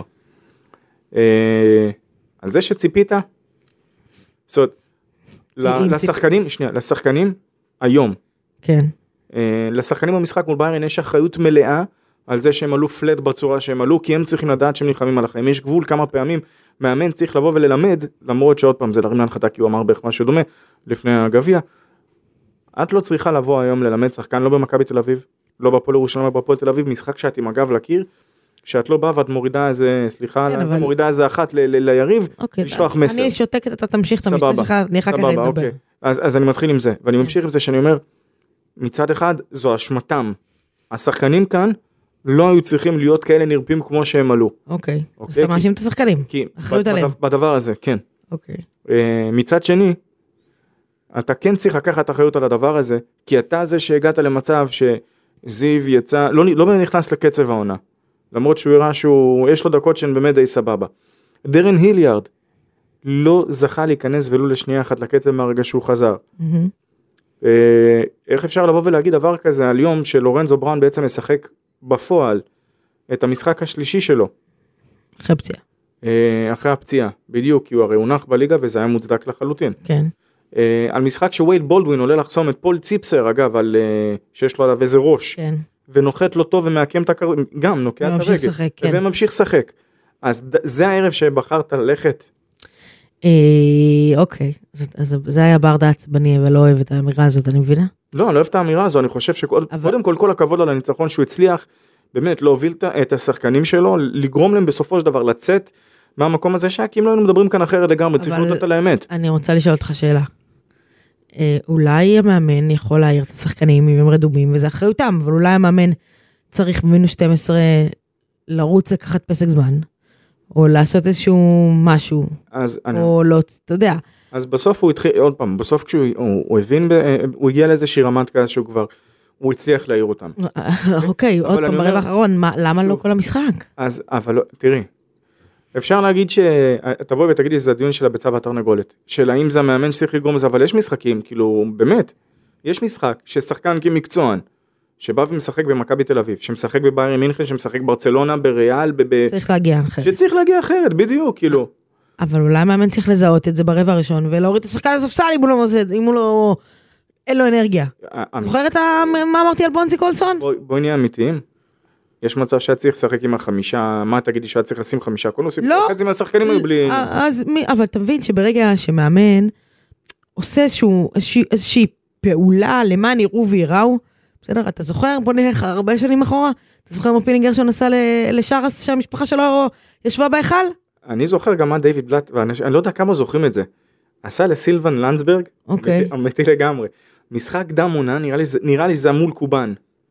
על זה שציפית, זאת אומרת, לשחקנים היום, כן. לשחקנים במשחק מול ביירן יש אחריות מלאה על זה שהם עלו פלט בצורה שהם עלו, כי הם צריכים לדעת שהם נלחמים על החיים. יש גבול כמה פעמים, מאמן צריך לבוא וללמד, למרות שעוד פעם זה להרים להנחתה, כי הוא אמר בערך משהו דומה לפני הגביע. את לא צריכה לבוא היום ללמד שחקן, לא במכבי תל אביב, לא בפועל ירושלים, לא בפועל תל אביב, משחק שאת עם הגב לקיר, שאת לא באה ואת מורידה איזה, סליחה, מורידה איזה אחת ליריב, לשלוח מסר. אני שותקת, אתה תמשיך את המשפט שלך, אני אחר כך אדבר. אז אני מתחיל עם זה, ואני ממשיך עם זה שאני אומר, מצד אחד, זו אשמתם. השחקנים כאן לא היו צריכים להיות כאלה נרפים כמו שהם עלו. אוקיי. אז אתה מאשים את השחקנים. אחריות עליהם. בדבר הזה, כן. אוקיי. מצד שני, אתה כן צריך לקחת אחריות על הדבר הזה, כי אתה זה שהגעת למצב שזיו יצא, לא נכנס לקצב העונה. למרות שהוא הראה יש לו דקות שהן באמת די סבבה. דרן היליארד לא זכה להיכנס ולו לשנייה אחת לקצב מהרגע שהוא חזר. איך אפשר לבוא ולהגיד דבר כזה על יום שלורנזו בראון בעצם משחק בפועל את המשחק השלישי שלו? אחרי פציעה. אחרי הפציעה, בדיוק, כי הוא הרי הונח בליגה וזה היה מוצדק לחלוטין. כן. על משחק שווייד בולדווין עולה לחסום את פול ציפסר, אגב, שיש לו עליו איזה ראש. כן. ונוחת לו טוב ומעקם את הקרב, גם נוקע את הרגל. כן. וממשיך לשחק. אז זה הערב שבחרת ללכת. אוקיי, אז זה היה ברדה עצבני, ולא אוהב את האמירה הזאת, אני מבינה? לא, אני לא אוהב את האמירה הזו, אני חושב שקודם כל הכבוד על הניצחון שהוא הצליח, באמת להוביל את השחקנים שלו, לגרום להם בסופו של דבר לצאת מהמקום הזה כי אם לא היינו מדברים כאן אחרת לגמרי, צריך לדעת על האמת. אני רוצה לשאול אותך שאלה. אולי המאמן יכול להעיר את השחקנים אם הם רדומים, וזה אחריותם, אבל אולי המאמן צריך במינוס 12 לרוץ לקחת פסק זמן, או לעשות איזשהו משהו, או לא, אתה יודע. אז בסוף הוא התחיל, עוד פעם, בסוף כשהוא הבין, הוא הגיע לאיזושהי רמת כזה שהוא כבר, הוא הצליח להעיר אותם. אוקיי, עוד פעם ברבע האחרון, למה לא כל המשחק? אז, אבל תראי, אפשר להגיד תבואי ותגידי שזה הדיון של הביצה והתרנגולת, של האם זה המאמן שצריך לגרום לזה, אבל יש משחקים, כאילו, באמת, יש משחק ששחקן כמקצוען, שבא ומשחק במכבי תל אביב, שמשחק בביירן מינכן, שמשחק ברצלונה, בריאל, צריך להגיע אחרת. שצריך להגיע אחרת, בדיוק, כאילו. אבל אולי המאמן צריך לזהות את זה ברבע הראשון, ולהוריד את השחקן לספסל אם הוא לא, אין לו אנרגיה. זוכרת מה אמרתי על בונזי קולסון? בואי נהיה אמיתיים. יש מצב שהיה צריך לשחק עם החמישה, מה תגידי שהיה צריך לשים חמישה קונוסים? לא. חצי מהשחקנים היו בלי... אבל אתה מבין שברגע שמאמן עושה איזושהי פעולה למען יראו ויראו, בסדר, אתה זוכר? בוא נלך הרבה שנים אחורה. אתה זוכר מה פיני גרשון עשה לשרס שהמשפחה שלו ישבה בהיכל? אני זוכר גם מה דיוויד בלאט, ואני לא יודע כמה זוכרים את זה. עשה לסילבן לנדסברג, אמיתי לגמרי. משחק דם עונה, נראה לי שזה מול קובן.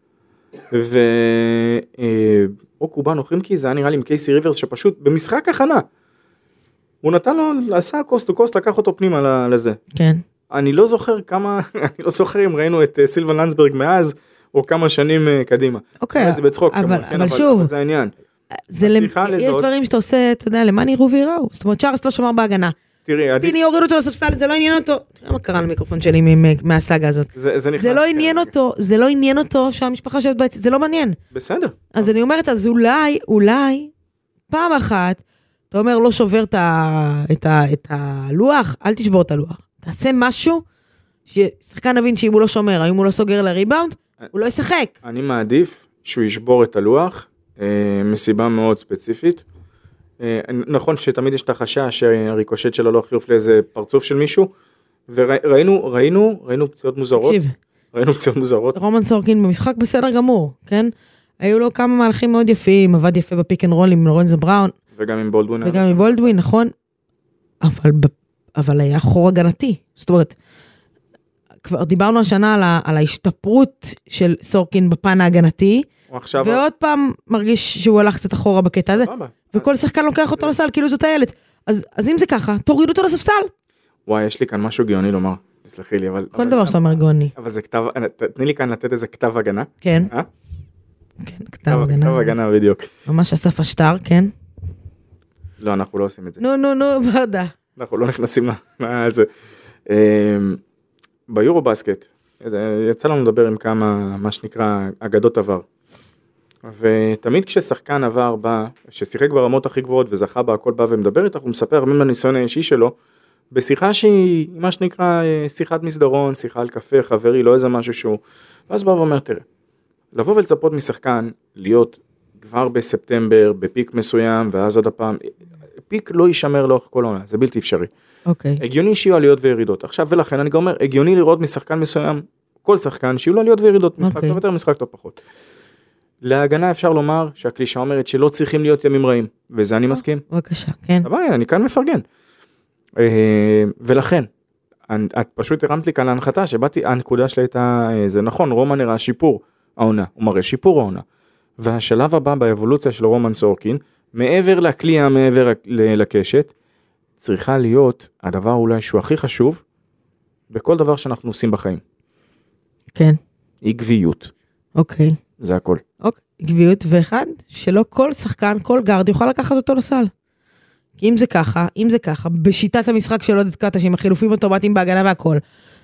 או קובן אוכרים כי זה היה נראה לי עם קייסי ריברס, שפשוט במשחק הכנה, הוא נתן לו, עשה קוסט או קוסט, לקח אותו פנימה לזה. כן. אני לא זוכר אני לא זוכר אם ראינו את סילבן לנדסברג מאז, או כמה שנים קדימה. אוקיי, זה בצחוק, אבל שוב, זה העניין. יש דברים שאתה עושה, אתה יודע, למען יראו ויראו. זאת אומרת, צ'ארלס לא שמר בהגנה. תראי, פיני הוריד אותו לספסל, זה לא עניין אותו. תראה מה קרה למיקרופון שלי מהסאגה הזאת. זה לא עניין אותו שהמשפחה שבת בית, זה לא מעניין. בסדר. אז אני אומרת, אז אולי, פעם אחת, אתה אומר, לא שובר את הלוח, אל תשבור את הלוח. תעשה משהו, ששחקן נבין שאם הוא לא שומר, האם הוא לא סוגר לריבאונד, הוא לא ישחק. אני מעדיף שהוא ישבור את הלוח, מסיבה מאוד ספציפית. נכון שתמיד יש את החשש שהריקושט שלו לא חיוף לאיזה פרצוף של מישהו, וראינו פציעות מוזרות. ראינו פציעות מוזרות. רומן סורקין במשחק בסדר גמור, כן? היו לו כמה מהלכים מאוד יפים, עבד יפה בפיק אנד רול עם לורנזו בראון. וגם עם בולדווין. וגם עם בולדווין, נכון. אבל היה חור הגנתי. זאת אומרת, כבר דיברנו השנה על ההשתפרות של סורקין בפן ההגנתי, ועוד פעם מרגיש שהוא הלך קצת אחורה בקטע הזה, וכל שחקן לוקח אותו לסל, כאילו זאת הילד. אז אם זה ככה, תוריד אותו לספסל. וואי, יש לי כאן משהו גאוני לומר, תסלחי לי, אבל... כל דבר שאתה אומר גאוני. אבל זה כתב, תני לי כאן לתת איזה כתב הגנה. כן. כן, כתב הגנה. כתב הגנה, בדיוק. ממש אסף השטר, כן. לא, אנחנו לא עושים את זה. נו, ברדה. אנחנו לא נכנסים לזה. ביורו בסקט, יצא לנו לדבר עם כמה, מה שנקרא, אגדות עבר. ותמיד כששחקן עבר בא, ששיחק ברמות הכי גבוהות וזכה בה, הכל בא ומדבר איתך, הוא מספר הרבה מהניסיון האישי שלו, בשיחה שהיא, מה שנקרא, שיחת מסדרון, שיחה על קפה, חברי, לא איזה משהו שהוא, ואז בא ואומר, תראה, לבוא ולצפות משחקן, להיות כבר בספטמבר, בפיק מסוים, ואז עוד הפעם, פיק לא יישמר לאורך כל העונה, זה בלתי אפשרי. אוקיי. הגיוני שיהיו עליות וירידות. עכשיו, ולכן אני גם אומר, הגיוני לראות משחקן מסוים, כל שחקן, שיהיו לו עליות וירידות, משחק טוב יותר, משחק טוב פחות. להגנה אפשר לומר שהקלישה אומרת שלא צריכים להיות ימים רעים, וזה אני מסכים. בבקשה, כן. אבל אני כאן מפרגן. ולכן, את פשוט הרמת לי כאן להנחתה, שבאתי, הנקודה שלי הייתה, זה נכון, רומן הראה שיפור העונה, הוא מראה שיפור העונה. והשלב הבא באבולוציה של רומן סורקין, מעבר לקליעה, מעבר לקשת, צריכה להיות הדבר אולי שהוא הכי חשוב, בכל דבר שאנחנו עושים בחיים. כן. עקביות. אוקיי. זה הכל. אוקיי, עקביות, ואחד, שלא כל שחקן, כל גארד יוכל לקחת אותו לסל. כי אם זה ככה, בשיטת המשחק של עודד קטש, עם החילופים אוטומטיים בהגנה והכל,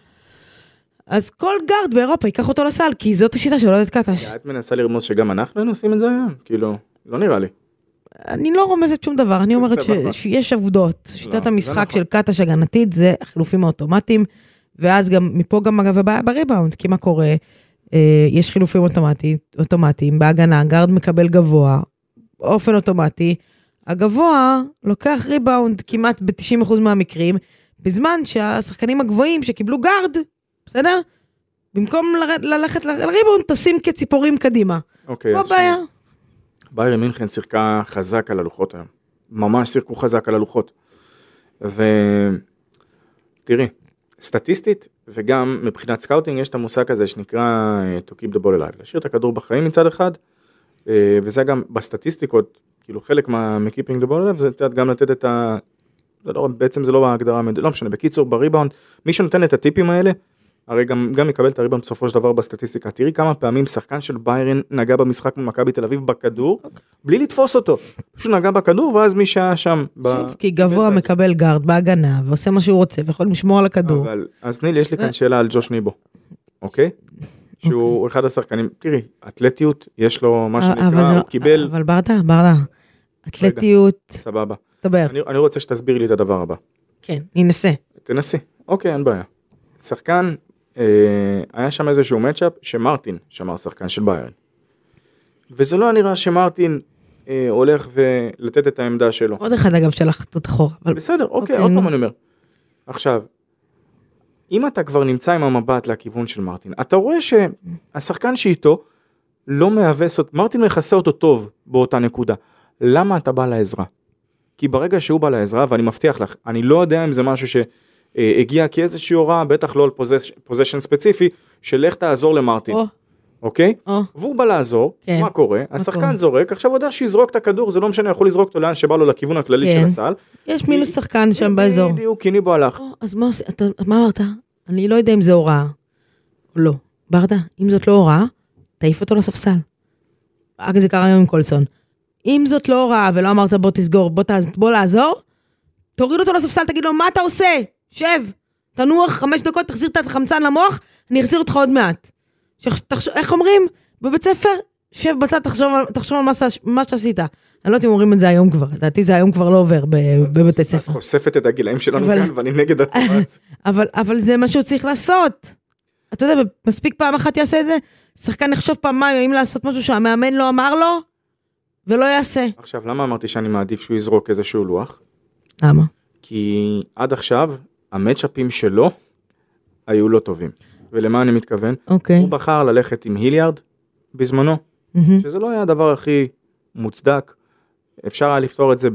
אז כל גארד באירופה ייקח אותו לסל, כי זאת השיטה של עודד קטש. את מנסה לרמוז שגם אנחנו עושים את זה היום? כאילו, לא נראה לי. אני לא רומזת שום דבר, אני אומרת שיש עבודות, שיטת המשחק של קטש הגנתית, זה החילופים האוטומטיים, ואז גם, מפה גם אגב הבעיה בריבאונד, כי מה קורה? יש חילופים אוטומטיים, בהגנה, גארד מקבל גבוה, באופן אוטומטי, הגבוה לוקח ריבאונד כמעט ב-90% מהמקרים, בזמן שהשחקנים הגבוהים שקיבלו גארד, בסדר? במקום ללכת לריבאונד, תשים כציפורים קדימה. אוקיי, מה הבעיה? ביירן מינכן שיחקה חזק על הלוחות היום. ממש שיחקו חזק על הלוחות. ותראי, סטטיסטית, וגם מבחינת סקאוטינג, יש את המושג הזה שנקרא to keep the ball alive, להשאיר את הכדור בחיים מצד אחד, וזה גם בסטטיסטיקות, כאילו חלק מ-keeping the ball alive, זה גם לתת את ה... בעצם זה לא בהגדרה, לא משנה, בקיצור, בריבאונד, מי שנותן את הטיפים האלה, הרי גם יקבל את הריבאונד בסופו של דבר בסטטיסטיקה. תראי כמה פעמים שחקן של ביירן נגע במשחק ממכבי תל אביב בכדור, בלי לתפוס אותו. פשוט נגע בכדור, ואז מי שהיה שם... שוב, כי גבוה מקבל גארד בהגנה, ועושה מה שהוא רוצה, ויכול לשמור על הכדור. אז ניל, יש לי כאן שאלה על ג'וש ניבו, אוקיי? שהוא אחד השחקנים, תראי, אתלטיות, יש לו מה שנקרא, הוא קיבל... אבל ברדה, אתלטיות... סבבה. דבר. אני רוצה שתסביר לי את הדבר הבא. כן, ננסה. תנסי, אוקיי, אין בעיה. שחקן, היה שם איזשהו מצ'אפ שמרטין שמר שחקן של ביירן. וזה לא נראה שמרטין הולך ולתת את העמדה שלו. עוד אחד אגב שלך את אחורה. בסדר, אוקיי, עוד פעם אני אומר. עכשיו, אם אתה כבר נמצא עם המבט לכיוון של מרטין, אתה רואה שהשחקן שאיתו לא מהווס, מרטין מכסה אותו טוב באותה נקודה. למה אתה בא לעזרה? כי ברגע שהוא בא לעזרה, ואני מבטיח לך, אני לא יודע אם זה משהו שהגיע כאיזושהי הוראה, בטח לא על פוזיישן ספציפי, של איך תעזור למרטין. אוקיי? והוא בא לעזור, מה קורה? השחקן זורק, עכשיו הוא יודע שיזרוק את הכדור, זה לא משנה, יכול לזרוק אותו לאן שבא לו לכיוון הכללי של הסל. יש מינוס שחקן שם באזור. בדיוק, כי ניבו הלך. אז מה אמרת? אני לא יודע אם זה הוראה או לא. ברדה, אם זאת לא הוראה, תעיף אותו לספסל. אגב, זה קרה גם עם קולסון. אם זאת לא הוראה ולא אמרת בוא תסגור, בוא לעזור, תוריד אותו לספסל, תגיד לו, מה אתה עושה? שב, תנוח 5 דקות, תחזיר את החמצן למוח, אני אחזיר אותך עוד מעט. איך אומרים? בבית ספר, שב בצד, תחשוב על מה שעשית. אני לא יודעת אם אומרים את זה היום כבר, לדעתי זה היום כבר לא עובר בבתי ספר. את חושפת את הגילאים שלנו כאן, ואני נגד התמרץ. אבל זה מה שהוא צריך לעשות. אתה יודע, מספיק פעם אחת יעשה את זה, שחקן נחשוב פעמיים, האם לעשות משהו שהמאמן לא אמר לו, ולא יעשה. עכשיו, למה אמרתי שאני מעדיף שהוא יזרוק איזשהו לוח? למה? כי עד עכשיו, המאצ'אפים שלו היו לא טובים. ולמה אני מתכוון? הוא בחר ללכת עם היליארד בזמנו, שזה לא היה הדבר הכי מוצדק. אפשר היה לפתור את זה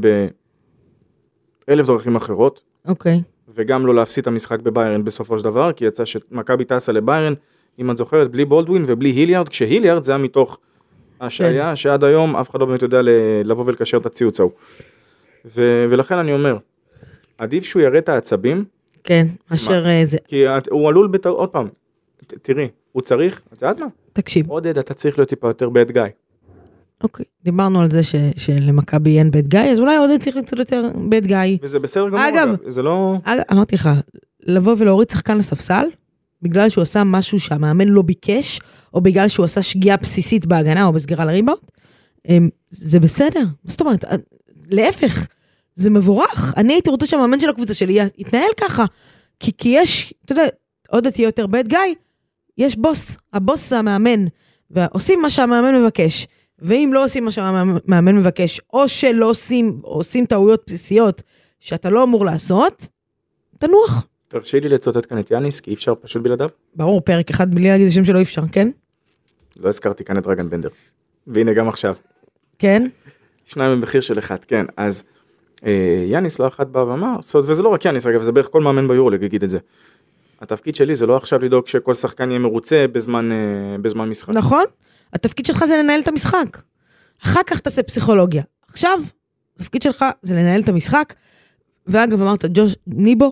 ב1,000 דרכים אחרות. וגם לא להפסיד את המשחק בביירן בסופו של דבר, כי יצא שמכבי טסה לביירן, אם את זוכרת, בלי בולדווין ובלי היליארד, כשהיליארד זה היה מתוך השעיה, שעד היום אף אחד לא באמת יודע לבוא ולקשר את הציוץ ההוא. ולכן אני אומר, עדיף שהוא יראה את העצבים. כן, אשר זה. כי הוא עלול עוד פעם, תראי, הוא צריך, אתה יודעת מה? תקשיב. עודד, אתה צריך להיות טיפה יותר בad guy. אוקיי, דיברנו על זה שלמכבי אין בית גיא, אז אולי עוד צריך למצוא יותר בית גיא. וזה בסדר גמור, אגב, זה לא... אמרתי לך, לבוא ולהוריד שחקן לספסל, בגלל שהוא עשה משהו שהמאמן לא ביקש, או בגלל שהוא עשה שגיאה בסיסית בהגנה, או בסגירה לריבאונד, זה בסדר. זאת אומרת, להפך, זה מבורך. אני הייתי רוצה שהמאמן של הקבוצה שלי יתנהל ככה, כי יש, אתה יודע, עוד תהיה יותר בית גיא, יש בוס, הבוס זה המאמן, ועושים מה שהמאמן מבקש, ואם לא עושים מה שהמאמן מבקש, או שלא עושים טעויות בסיסיות, שאתה לא אמור לעשות, תנוח. תרשי לי לצוטט כאן את יאניס, כי אי אפשר פשוט בלעדיו. ברור, פרק אחד בלי להגיד שם שלא אפשר, כן? לא הזכרתי כאן את דרגן בנדר. והנה גם עכשיו. כן? שניים במחיר של אחד, כן. אז יאניס לא אחת בא ואמר, וזה לא רק יאניס, אגב, זה בערך כל מאמן ביורוליג יגיד את זה. התפקיד שלי זה לא עכשיו לדאוג שכל שחקן יהיה מרוצה בזמן משחק. נכון. התפקיד שלך זה לנהל את המשחק. אחר כך תעשה פסיכולוגיה. עכשיו, התפקיד שלך זה לנהל את המשחק, ואגב אמרת, ג'וש ניבו,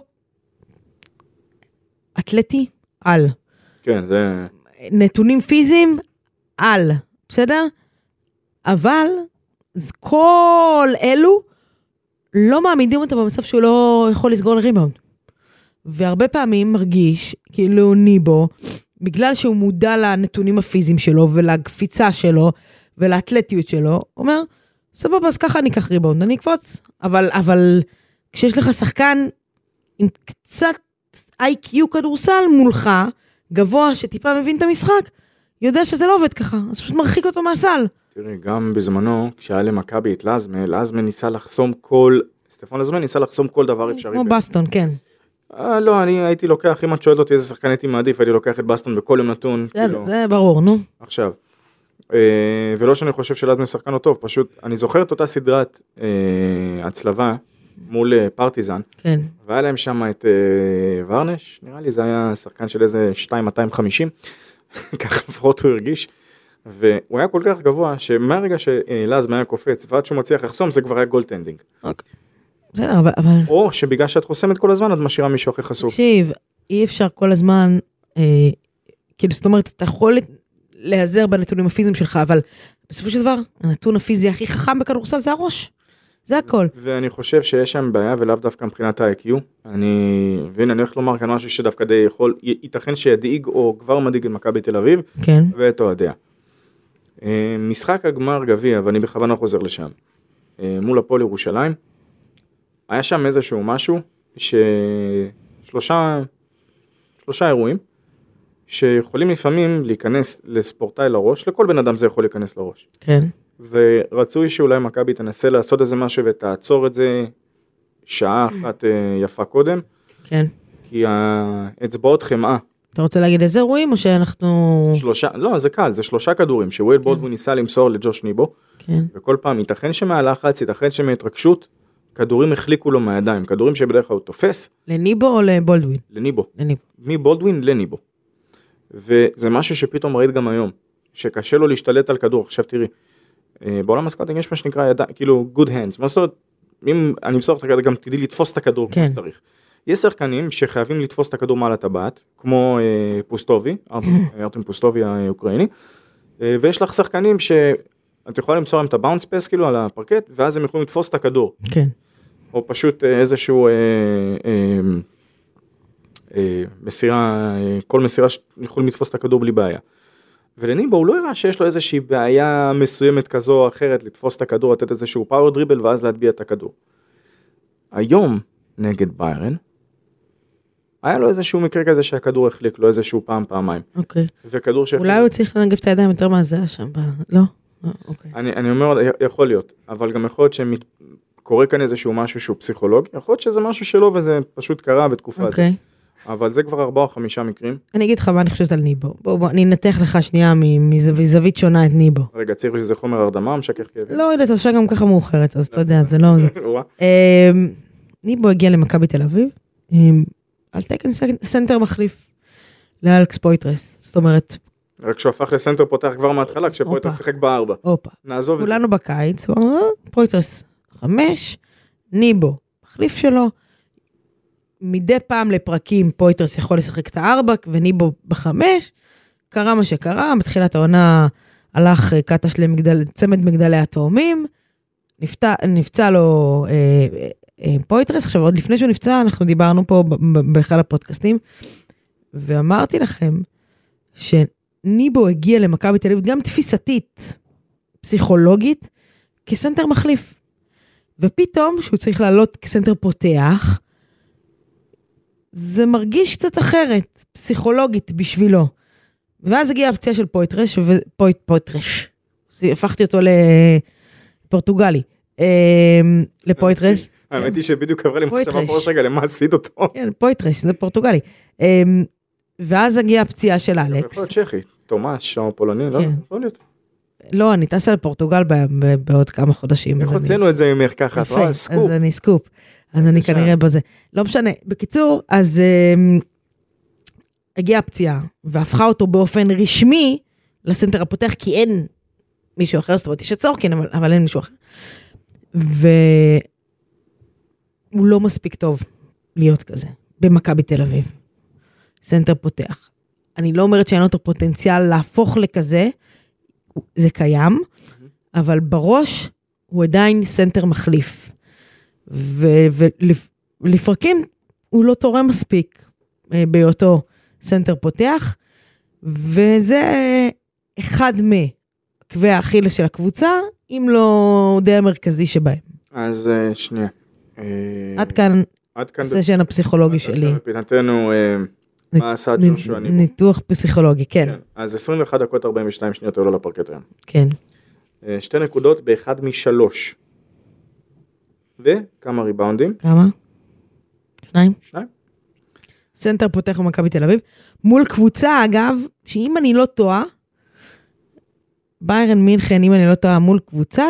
אתלטי, על. כן, זה... נתונים פיזיים, על. בסדר? אבל, כל אלו, לא מעמידים אותו במצב שהוא לא יכול לסגור לריבאונד. והרבה פעמים מרגיש, כאילו ניבו, בגלל שהוא מודע לנתונים הפיזיים שלו, ולקפיצה שלו, ולאתלטיות שלו, אומר, סבבה, אז ככה אני אקח ריבאונד, אני אקפוץ. אבל כשיש לך שחקן עם קצת IQ כדורסל מולך, גבוה שטיפה מבין את המשחק, יודע שזה לא עובד ככה, אז פשוט מרחיק אותו מהסל. תראי, גם בזמנו, כשהיה למכבי את לזמה ניסה לחסום סטפן לזמה ניסה לחסום כל דבר אפשרי. כמו בסטון, כן. לא, אני הייתי לוקח, אם את שואלת אותי איזה שחקן הייתי מעדיף, הייתי לוקח את בסטון בכל יום נתון. זה ברור, נו. עכשיו, ולא שאני חושב שלזמה שחקן לא טוב, פשוט, אני זוכר את אותה סדרת הצלבה מול פרטיזן, כן. והיה להם שם את ורנש, נראה לי זה היה שחקן של איזה 2.250, ככה לפחות הוא הרגיש, והוא היה כל כך גבוה, שמהרגע שלזמה היה קופץ, ועד שהוא מצליח לחסום, זה כבר היה גולדטנדינג. אוקיי. בסדר, אבל... או שבגלל שאת חוסמת כל הזמן, את משאירה מישהו אחרי חשוף. תקשיב, אי אפשר כל הזמן, כאילו, זאת אומרת, אתה יכול להיעזר בנתונים הפיזיים שלך, אבל בסופו של דבר, הנתון הפיזי הכי חכם בכדורסל זה הראש. זה הכל. ואני חושב שיש שם בעיה, ולאו דווקא מבחינת ה-IQ. והנה, אני הולך לומר כאן משהו שדווקא די יכול, ייתכן שידאיג, או כבר מדאיג את מכבי תל אביב, כן. ואת אוהדיה. משחק הגמר גביע, ואני בכוונה חוזר לשם, מול הפועל ירושלים, היה שם איזשהו משהו, שלושה אירועים, שיכולים לפעמים להיכנס לספורטאי לראש, לכל בן אדם זה יכול להיכנס לראש. כן. ורצוי שאולי מכבי תנסה לעשות איזה משהו, ותעצור את זה שעה אחת יפה קודם. כן. כי האצבעות חמאה. אתה רוצה להגיד איזה אירועים, או שאנחנו... לא, זה קל, זה 3 כדורים, שווייל בולדווין ניסה למסור לג'וש ניבו, כן. וכל פעם ייתכן שמהלחץ, ייתכן שמהתרגשות, כדורים החליקו לו מהידיים, כדורים שבדרך כלל הוא תופס. לניבו או לבולדווין? לניבו. לניבו. מבולדווין לניבו. וזה משהו שפתאום ראית גם היום, שקשה לו להשתלט על כדור. עכשיו תראי, בעולם הסקאוטינג יש מה שנקרא ידיים, כאילו good hands. מה זאת אומרת, אם אני מסור אותך גם תדעי לתפוס את הכדור כמו שצריך. יש שחקנים שחייבים לתפוס את הכדור מעל הטבעת, כמו פוסטובי, ארטם פוסטובי האוקראיני, ויש לך שחקנים שאת יכולה למסור להם את הבאונס פס כאילו על הפרקט, ואז הם יכולים לתפוס את הכדור. כן. או פשוט איזשהו מסירה, כל מסירה שיכולים לתפוס את הכדור בלי בעיה. ולניבו הוא לא הראה שיש לו איזושהי בעיה מסוימת כזו או אחרת, לתפוס את הכדור, לתת איזשהו פאוור דריבל, ואז להטביע את הכדור. היום, נגד ביירן, היה לו איזשהו מקרה כזה שהכדור החליק לו איזשהו פעמיים. אוקיי. וכדור שהחליק... אולי הוא צריך לנגב את הידיים יותר מהזה שם, לא? אוקיי. אני אומר, יכול להיות, אבל גם יכול להיות שקורה כאן איזשהו משהו שהוא פסיכולוגי, יכול להיות שזה משהו שלו וזה פשוט קרה בתקופה הזאת. אבל זה כבר 4 או 5 מקרים. אני אגיד לך מה אני חושבת על ניבו. בוא, אני אנתח לך שנייה מזווית שונה את ניבו. רגע, צריך שזה חומר הרדמה, משכך כאבים. לא יודעת, אפשר גם ככה מאוחרת, אז אתה יודע, זה לא... ניבו הגיע למכבי תל אביב, על תקן סנטר מחליף, לאלכס פויטרס. זאת אומרת... רק שהוא הפך לסנטר פותח כבר מההתחלה, כשפויטרס שיחק ב4. אופה. נעזוב את זה. כולנו בקיץ, פויטרס 5, ניבו מחליף שלו, מדי פעם לפרקים פויטרס יכול לשחק את 4, וניבו ב5, קרה מה שקרה, בתחילת העונה הלך קטש לצמד מגדלי התאומים, נפצע לו פויטרס. עכשיו, עוד לפני שהוא נפצע, אנחנו דיברנו פה באחד הפודקאסטים, ואמרתי לכם שניבו הגיע למכבי תל אביב, גם תפיסתית, פסיכולוגית, כסנטר מחליף. ופתאום, שהוא צריך לעלות כסנטר פותח, זה מרגיש קצת אחרת, פסיכולוגית בשבילו. ואז הגיעה הפציעה של פויטרש, פויטרש. הפכתי אותו לפורטוגלי. לפויטרש. האמת היא שבדיוק עברה לי מחשבה פה רגע, למה עשית אותו? כן, פויטרש, זה פורטוגלי. ואז הגיעה הפציעה של אלכס. יכול להיות צ'כי, תומש, או פולני, לא? יכול להיות. לא, אני טסה לפורטוגל בעוד כמה חודשים. איך הוצאנו את זה ממך ככה? יפה, אז אני סקופ. אז אני כנראה בזה. לא משנה. בקיצור, אז הגיעה הפציעה, והפכה אותו באופן רשמי לסנטר הפותח, כי אין מישהו אחר, זאת אומרת, יש את צורקין, אבל אין מישהו אחר. והוא לא מספיק טוב להיות כזה, במכבי תל אביב. סנטר פותח. אני לא אומרת שאין אותו פוטנציאל להפוך לכזה, זה קיים, אבל בראש הוא עדיין סנטר מחליף. ולפרקים הוא לא תורם מספיק בהיותו סנטר פותח, וזה אחד מקווי האכילס של הקבוצה, אם לא די המרכזי שבהם. אז שנייה. עד כאן סשן הפסיכולוגי שלי. מבחינתנו, מה עשה ג'ושוע ניבו? ניתוח פסיכולוגי, כן. אז 21 דקות 42 שניות עולה לפרקט היום. כן. 2 נקודות באחד מ3. וכמה ריבאונדים? כמה? 2. סנטר פותח במכבי תל אביב. מול קבוצה, אגב, שאם אני לא טועה, ביירן מינכן, אם אני לא טועה, מול קבוצה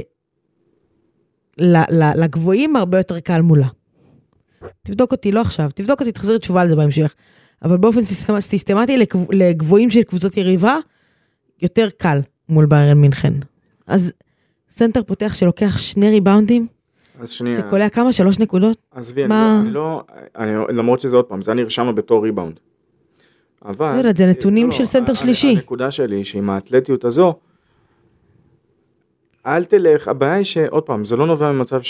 שלגבוהים הרבה יותר קל מולה. תבדוק אותי, לא עכשיו, תבדוק אותי, תחזיר תשובה על זה בהמשך. אבל באופן סיסטמטי, לגבוהים של קבוצות יריבה, יותר קל מול ביירן מינכן. אז סנטר פותח שלוקח 2 ריבאונדים, שקולע כמה? 3 נקודות? עזבי, למרות שזה עוד פעם, זה נרשם לו בתור ריבאונד. אבל... זה נתונים של סנטר שלישי. הנקודה שלי, שעם האתלטיות הזו, אל תלך, הבעיה היא שעוד פעם, זה לא נובע ממצב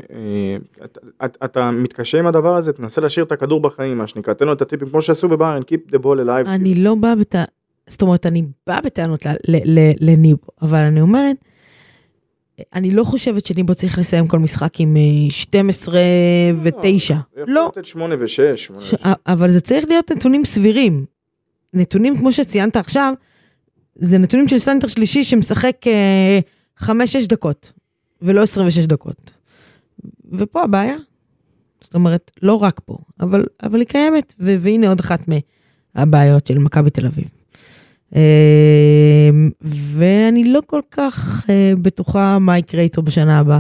שאתה מתקשה עם הדבר הזה, תנסה להשאיר את הכדור בחיים, מה שנקרא, תן לו את הטיפים, כמו שעשו בביירן, keep the ball alive. אני לא באה זאת אומרת, אני באה בטענות לניבו, אבל אני אומרת, אני לא חושבת שניבו צריך לסיים כל משחק עם 12 ו-9. לא. יכול לתת 8 ו-6. אבל זה צריך להיות נתונים סבירים. נתונים כמו שציינת עכשיו, זה נתונים של סנטר שלישי שמשחק 5-6 דקות, ולא 26 דקות. ופה הבעיה. זאת אומרת, לא רק פה, אבל היא קיימת, והנה עוד אחת מהבעיות של מכבי תל אביב. ואני לא כל כך בטוחה מה יקרה איתו בשנה הבאה.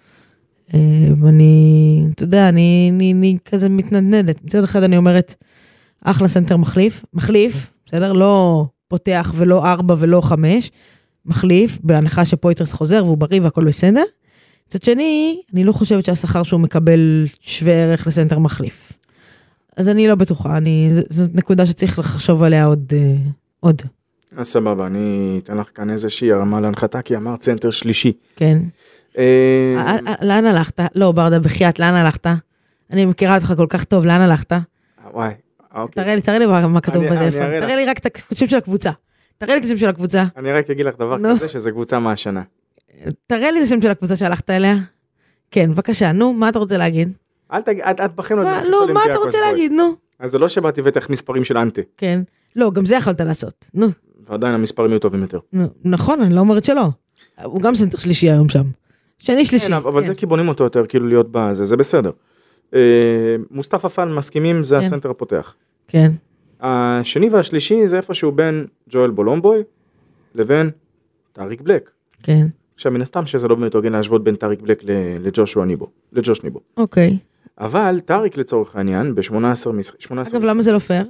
ואני, אתה יודע, אני כזה מתנדנדת. מצד אחד אני אומרת, אחלה סנטר מחליף, בסדר? לא פותח ולא 4 ולא 5, מחליף, בהנחה שפויטרס חוזר והוא בריא והכל בסדר. מצד שני, אני לא חושבת שהשכר שהוא מקבל שווה ערך לסנטר מחליף. אז אני לא בטוחה, זו נקודה שצריך לחשוב עליה עוד. אז סבבה, אני אתן לך כאן איזושהי הרמה להנחתה, כי אמרת סנטר שלישי. כן. לאן הלכת? לא, ברדה, בחייאת, לאן הלכת? אני מכירה אותך כל כך טוב, לאן הלכת? וואי, אוקיי. תראה לי מה כתוב בטלפון. תראה לי רק את השם של הקבוצה. תראה לי את השם של הקבוצה. אני רק אגיד לך דבר כזה, שזה קבוצה מהשנה. תראה לי את השם של הקבוצה שהלכת אליה. כן, בבקשה, נו, מה אתה רוצה להגיד? את בכם לא... לא, מה אתה רוצה להגיד, נו? אז זה לא שבאתי ותך מספרים של אנטי. כן. לא, גם זה יכולת לעשות, נו. ועדיין המספרים יהיו טובים יותר. נכון, אני לא אומרת שלא. הוא גם סנטר שלישי היום שם. שני שלישי. כן, אבל זה כי בונים אותו יותר, כאילו להיות בזה, זה בסדר. מוסטפא פאן מסכימים, זה הסנטר הפותח. כן. השני והשלישי זה איפשהו בין ג'ואל בולומבוי לבין טאריק בלק. כן. עכשיו, מן הסתם שזה לא באמת הוגן להשוות בין טאריק בלק לג'וש ניבו. אוקיי. אבל טאריק לצורך העניין, ב-18 אגב, למה זה לא פייר?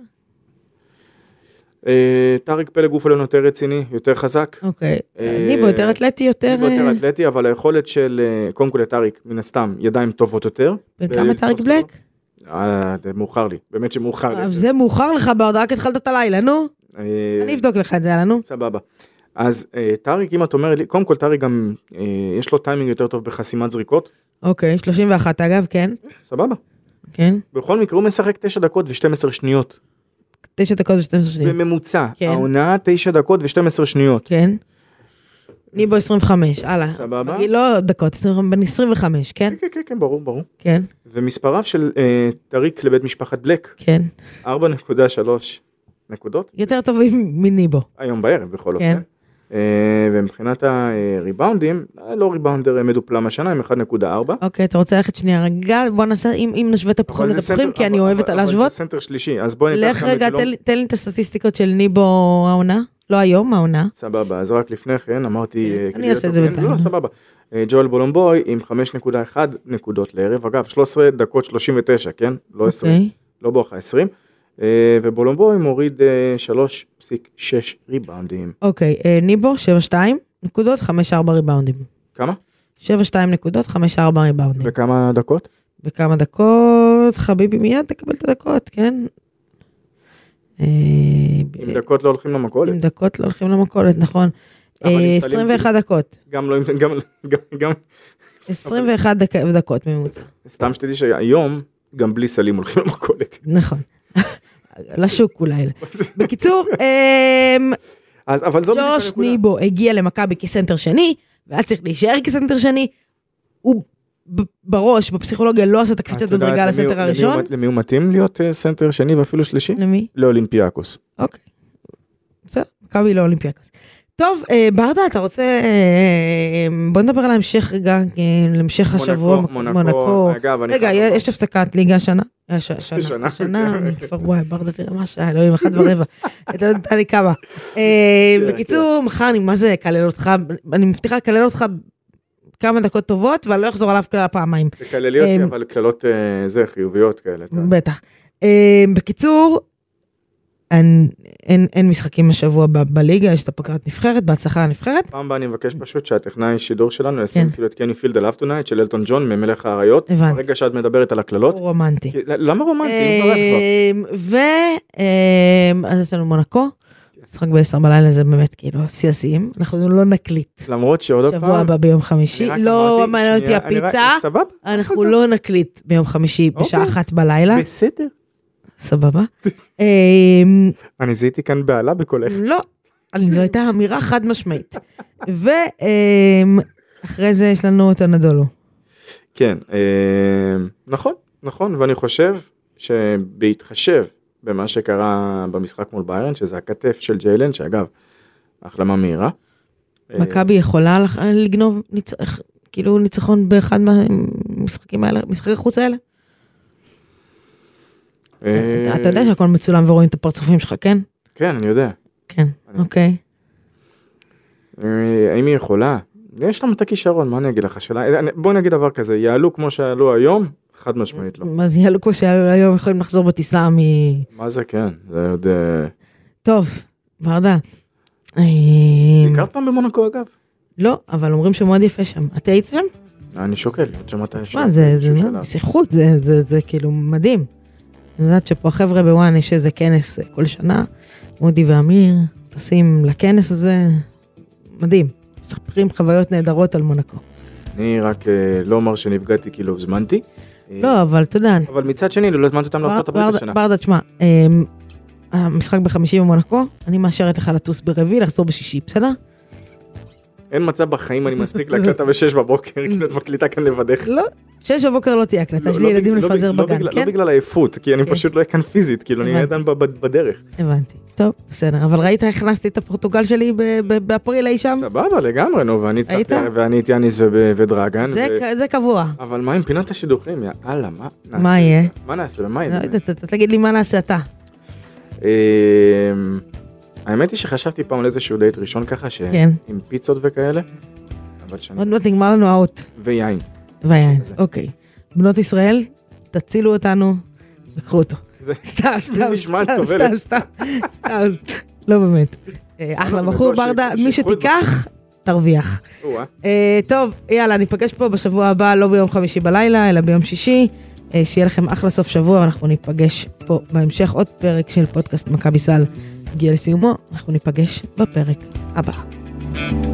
טאריק פלג גוף עליון יותר רציני, יותר חזק. אוקיי. ניבו יותר אתלטי, יותר אתלטי, אבל היכולת של, קודם כל טאריק, מן הסתם, ידיים טובות יותר. וכמה טאריק בלק? זה מאוחר לי, באמת שמאוחר לי. זה מאוחר לך בעוד, רק התחלת את הלילה, נו. אני אבדוק לך את זה, נו. סבבה. אז טאריק, אם את אומר לי, קודם כל טאריק גם, יש לו טיימינג יותר טוב בחסימת זריקות. אוקיי, 31 אגב, כן. סבבה. כן. בכל מקרה הוא משחק 9 דקות ו-12 שניות. 9 דקות ו-12 שניות. בממוצע. כן. העונה 9 דקות ו-12 שניות. כן. ניבו 25, הלאה. סבבה. לא דקות, בן 25, כן? כן, כן, כן, ברור, ברור. כן. ומספריו של טאריק לבית משפחת בלק. כן. 4.3 נקודות. יותר טובים מניבו. היום בערב בכל אופן. כן. ומבחינת הריבאונדים, לא ריבאונדר מדופלם השנה, עם 1.4. אוקיי, אתה רוצה ללכת שנייה רגע, בוא נעשה, אם נשווה את הפוחים לתפוחים, כי אני אוהבת להשוות. אבל זה סנטר שלישי, אז בואי ניתן לך רגע, תן לי את הסטטיסטיקות של ניבו העונה. לא היום, העונה. סבבה, אז רק לפני כן אמרתי... אני אעשה את זה בינתיים. לא, סבבה. ג'ואל בולומבוי עם 5.1 נקודות לערב, אגב, 13 דקות 39, כן? לא 20, לא בואכה 20. ובולומבוי מוריד 3.6 ריבאונדים. אוקיי, ניבו 7.2 נקודות, 5.4 ריבאונדים. כמה? 7.2 נקודות, 5.4 ריבאונדים. וכמה דקות? בכמה דקות, חביבי מיד תקבל את הדקות, כן? עם דקות לא הולכים למכולת. עם דקות לא הולכים למכולת, נכון. 21 דקות. גם לא, גם... 21 דקות ממוצע. סתם שתדעי שהיום, גם בלי סלים הולכים למכולת. נכון. לשוק אולי. בקיצור, ג'וש ניבו הגיע למכבי כסנטר שני, והיה צריך להישאר כסנטר שני, הוא בראש, בפסיכולוגיה, לא עשה את הקפיצת מדרגה לסנטר הראשון. למי הוא מתאים להיות סנטר שני ואפילו שלישי? למי? לאולימפיאקוס. אוקיי. בסדר, מכבי לאולימפיאקוס. טוב, ברדה, אתה רוצה, בוא נדבר על ההמשך רגע, להמשך השבוע, מונקו. רגע, יש הפסקת ליגה השנה? השנה, אני כבר, וואי, ברדה, תראה מה שעה, אלוהים, 1:15. אתה יודעת לי כמה. בקיצור, מחר אני, מה זה, קלל אותך, אני מבטיחה לקלל אותך כמה דקות טובות, ואני לא אחזור עליו כלל פעמיים. תקללי אותי, אבל כללות זה, חיוביות כאלה. בטח. בקיצור, אין משחקים השבוע בליגה, יש את הפגרת נבחרת, בהצלחה הנבחרת. פעם בה אני מבקש פשוט שהטכנאי שידור שלנו ישים כאילו את קני פילד אלאב טונייט של אלטון ג'ון ממלך האריות. ברגע שאת מדברת על הכללות. הוא רומנטי. למה רומנטי? הוא קרס כבר. אז יש לנו מונקו, משחק ב-10 בלילה זה באמת כאילו סייסים, אנחנו לא נקליט. למרות שעוד הפעם. שבוע הבא ביום חמישי, לא מעניין אותי הפיצה, אנחנו לא נקליט ביום חמישי בשעה 1 בלילה. בסדר. סבבה. אני זיהיתי כאן בעלה בקולך. לא, זו הייתה אמירה חד משמעית. ואחרי זה יש לנו את הנדולו. כן, נכון, ואני חושב שבהתחשב במה שקרה במשחק מול ביירן, שזה הכתף של ג'יילן, שאגב, החלמה מהירה. מכבי יכולה לגנוב כאילו ניצחון באחד מהמשחקים האלה, משחקי חוץ האלה? אתה יודע שהכל מצולם ורואים את הפרצופים שלך, כן? כן, אני יודע. כן, אוקיי. האם היא יכולה? יש להם את הכישרון, מה אני אגיד לך? בוא נגיד דבר כזה, יעלו כמו שעלו היום, חד משמעית לא. מה זה יעלו כמו שעלו היום, יכולים לחזור בטיסה מה זה כן? זה עוד... טוב, ברדה. הכרת פעם במונקו אגב? לא, אבל אומרים שמאוד יפה שם. אתה היית שם? אני שוקל, עוד שמעת יש. מה, זה שיחות, זה כאילו מדהים. אני יודעת שפה החבר'ה בוואן יש איזה כנס כל שנה, מודי ואמיר, טסים לכנס הזה, מדהים, מספרים חוויות נהדרות על מונקו. אני רק לא אומר שנפגעתי כי לא הוזמנתי. לא, אבל אתה יודע. אבל מצד שני, לא הזמנתי אותם לארצות הברית השנה. ברדה, תשמע, המשחק ב50 במונקו, אני מאשרת לך לטוס ברביעי, לחזור בשישי, בסדר? אין מצב בחיים, אני מספיק להקלטה ב6 בבוקר, כאילו את מקליטה כאן לבדך. לא, 6 בבוקר לא תהיה הקלטה, יש לי ילדים לפזר בגן, כן? לא בגלל העייפות, כי אני פשוט לא אהיה כאן פיזית, כאילו אני עדיין בדרך. הבנתי, טוב, בסדר, אבל ראית, הכנסתי את הפורטוגל שלי באפריל אי שם? סבבה, לגמרי, נו, ואני את יאניס ודרגן. זה קבוע. אבל מה עם פינת השידוכים? יאללה, מה יהיה? מה נעשה? ומה יהיה? לא יודעת, תגיד לי מה נעשה אתה. האמת היא שחשבתי פעם על איזשהו דייט ראשון ככה, עם פיצות וכאלה. עוד מעט נגמר לנו האוט. ויין. ויין, אוקיי. בנות ישראל, תצילו אותנו, וקחו אותו. סתם, לא באמת. אחלה בחור ברדה, מי שתיקח, תרוויח. טוב, יאללה, ניפגש פה בשבוע הבא, לא ביום חמישי בלילה, אלא ביום שישי. שיהיה לכם אחלה סוף שבוע, ואנחנו ניפגש פה בהמשך עוד פרק של פודקאסט מכבי סל. הגיע לסיומו, אנחנו ניפגש בפרק הבא. ביי.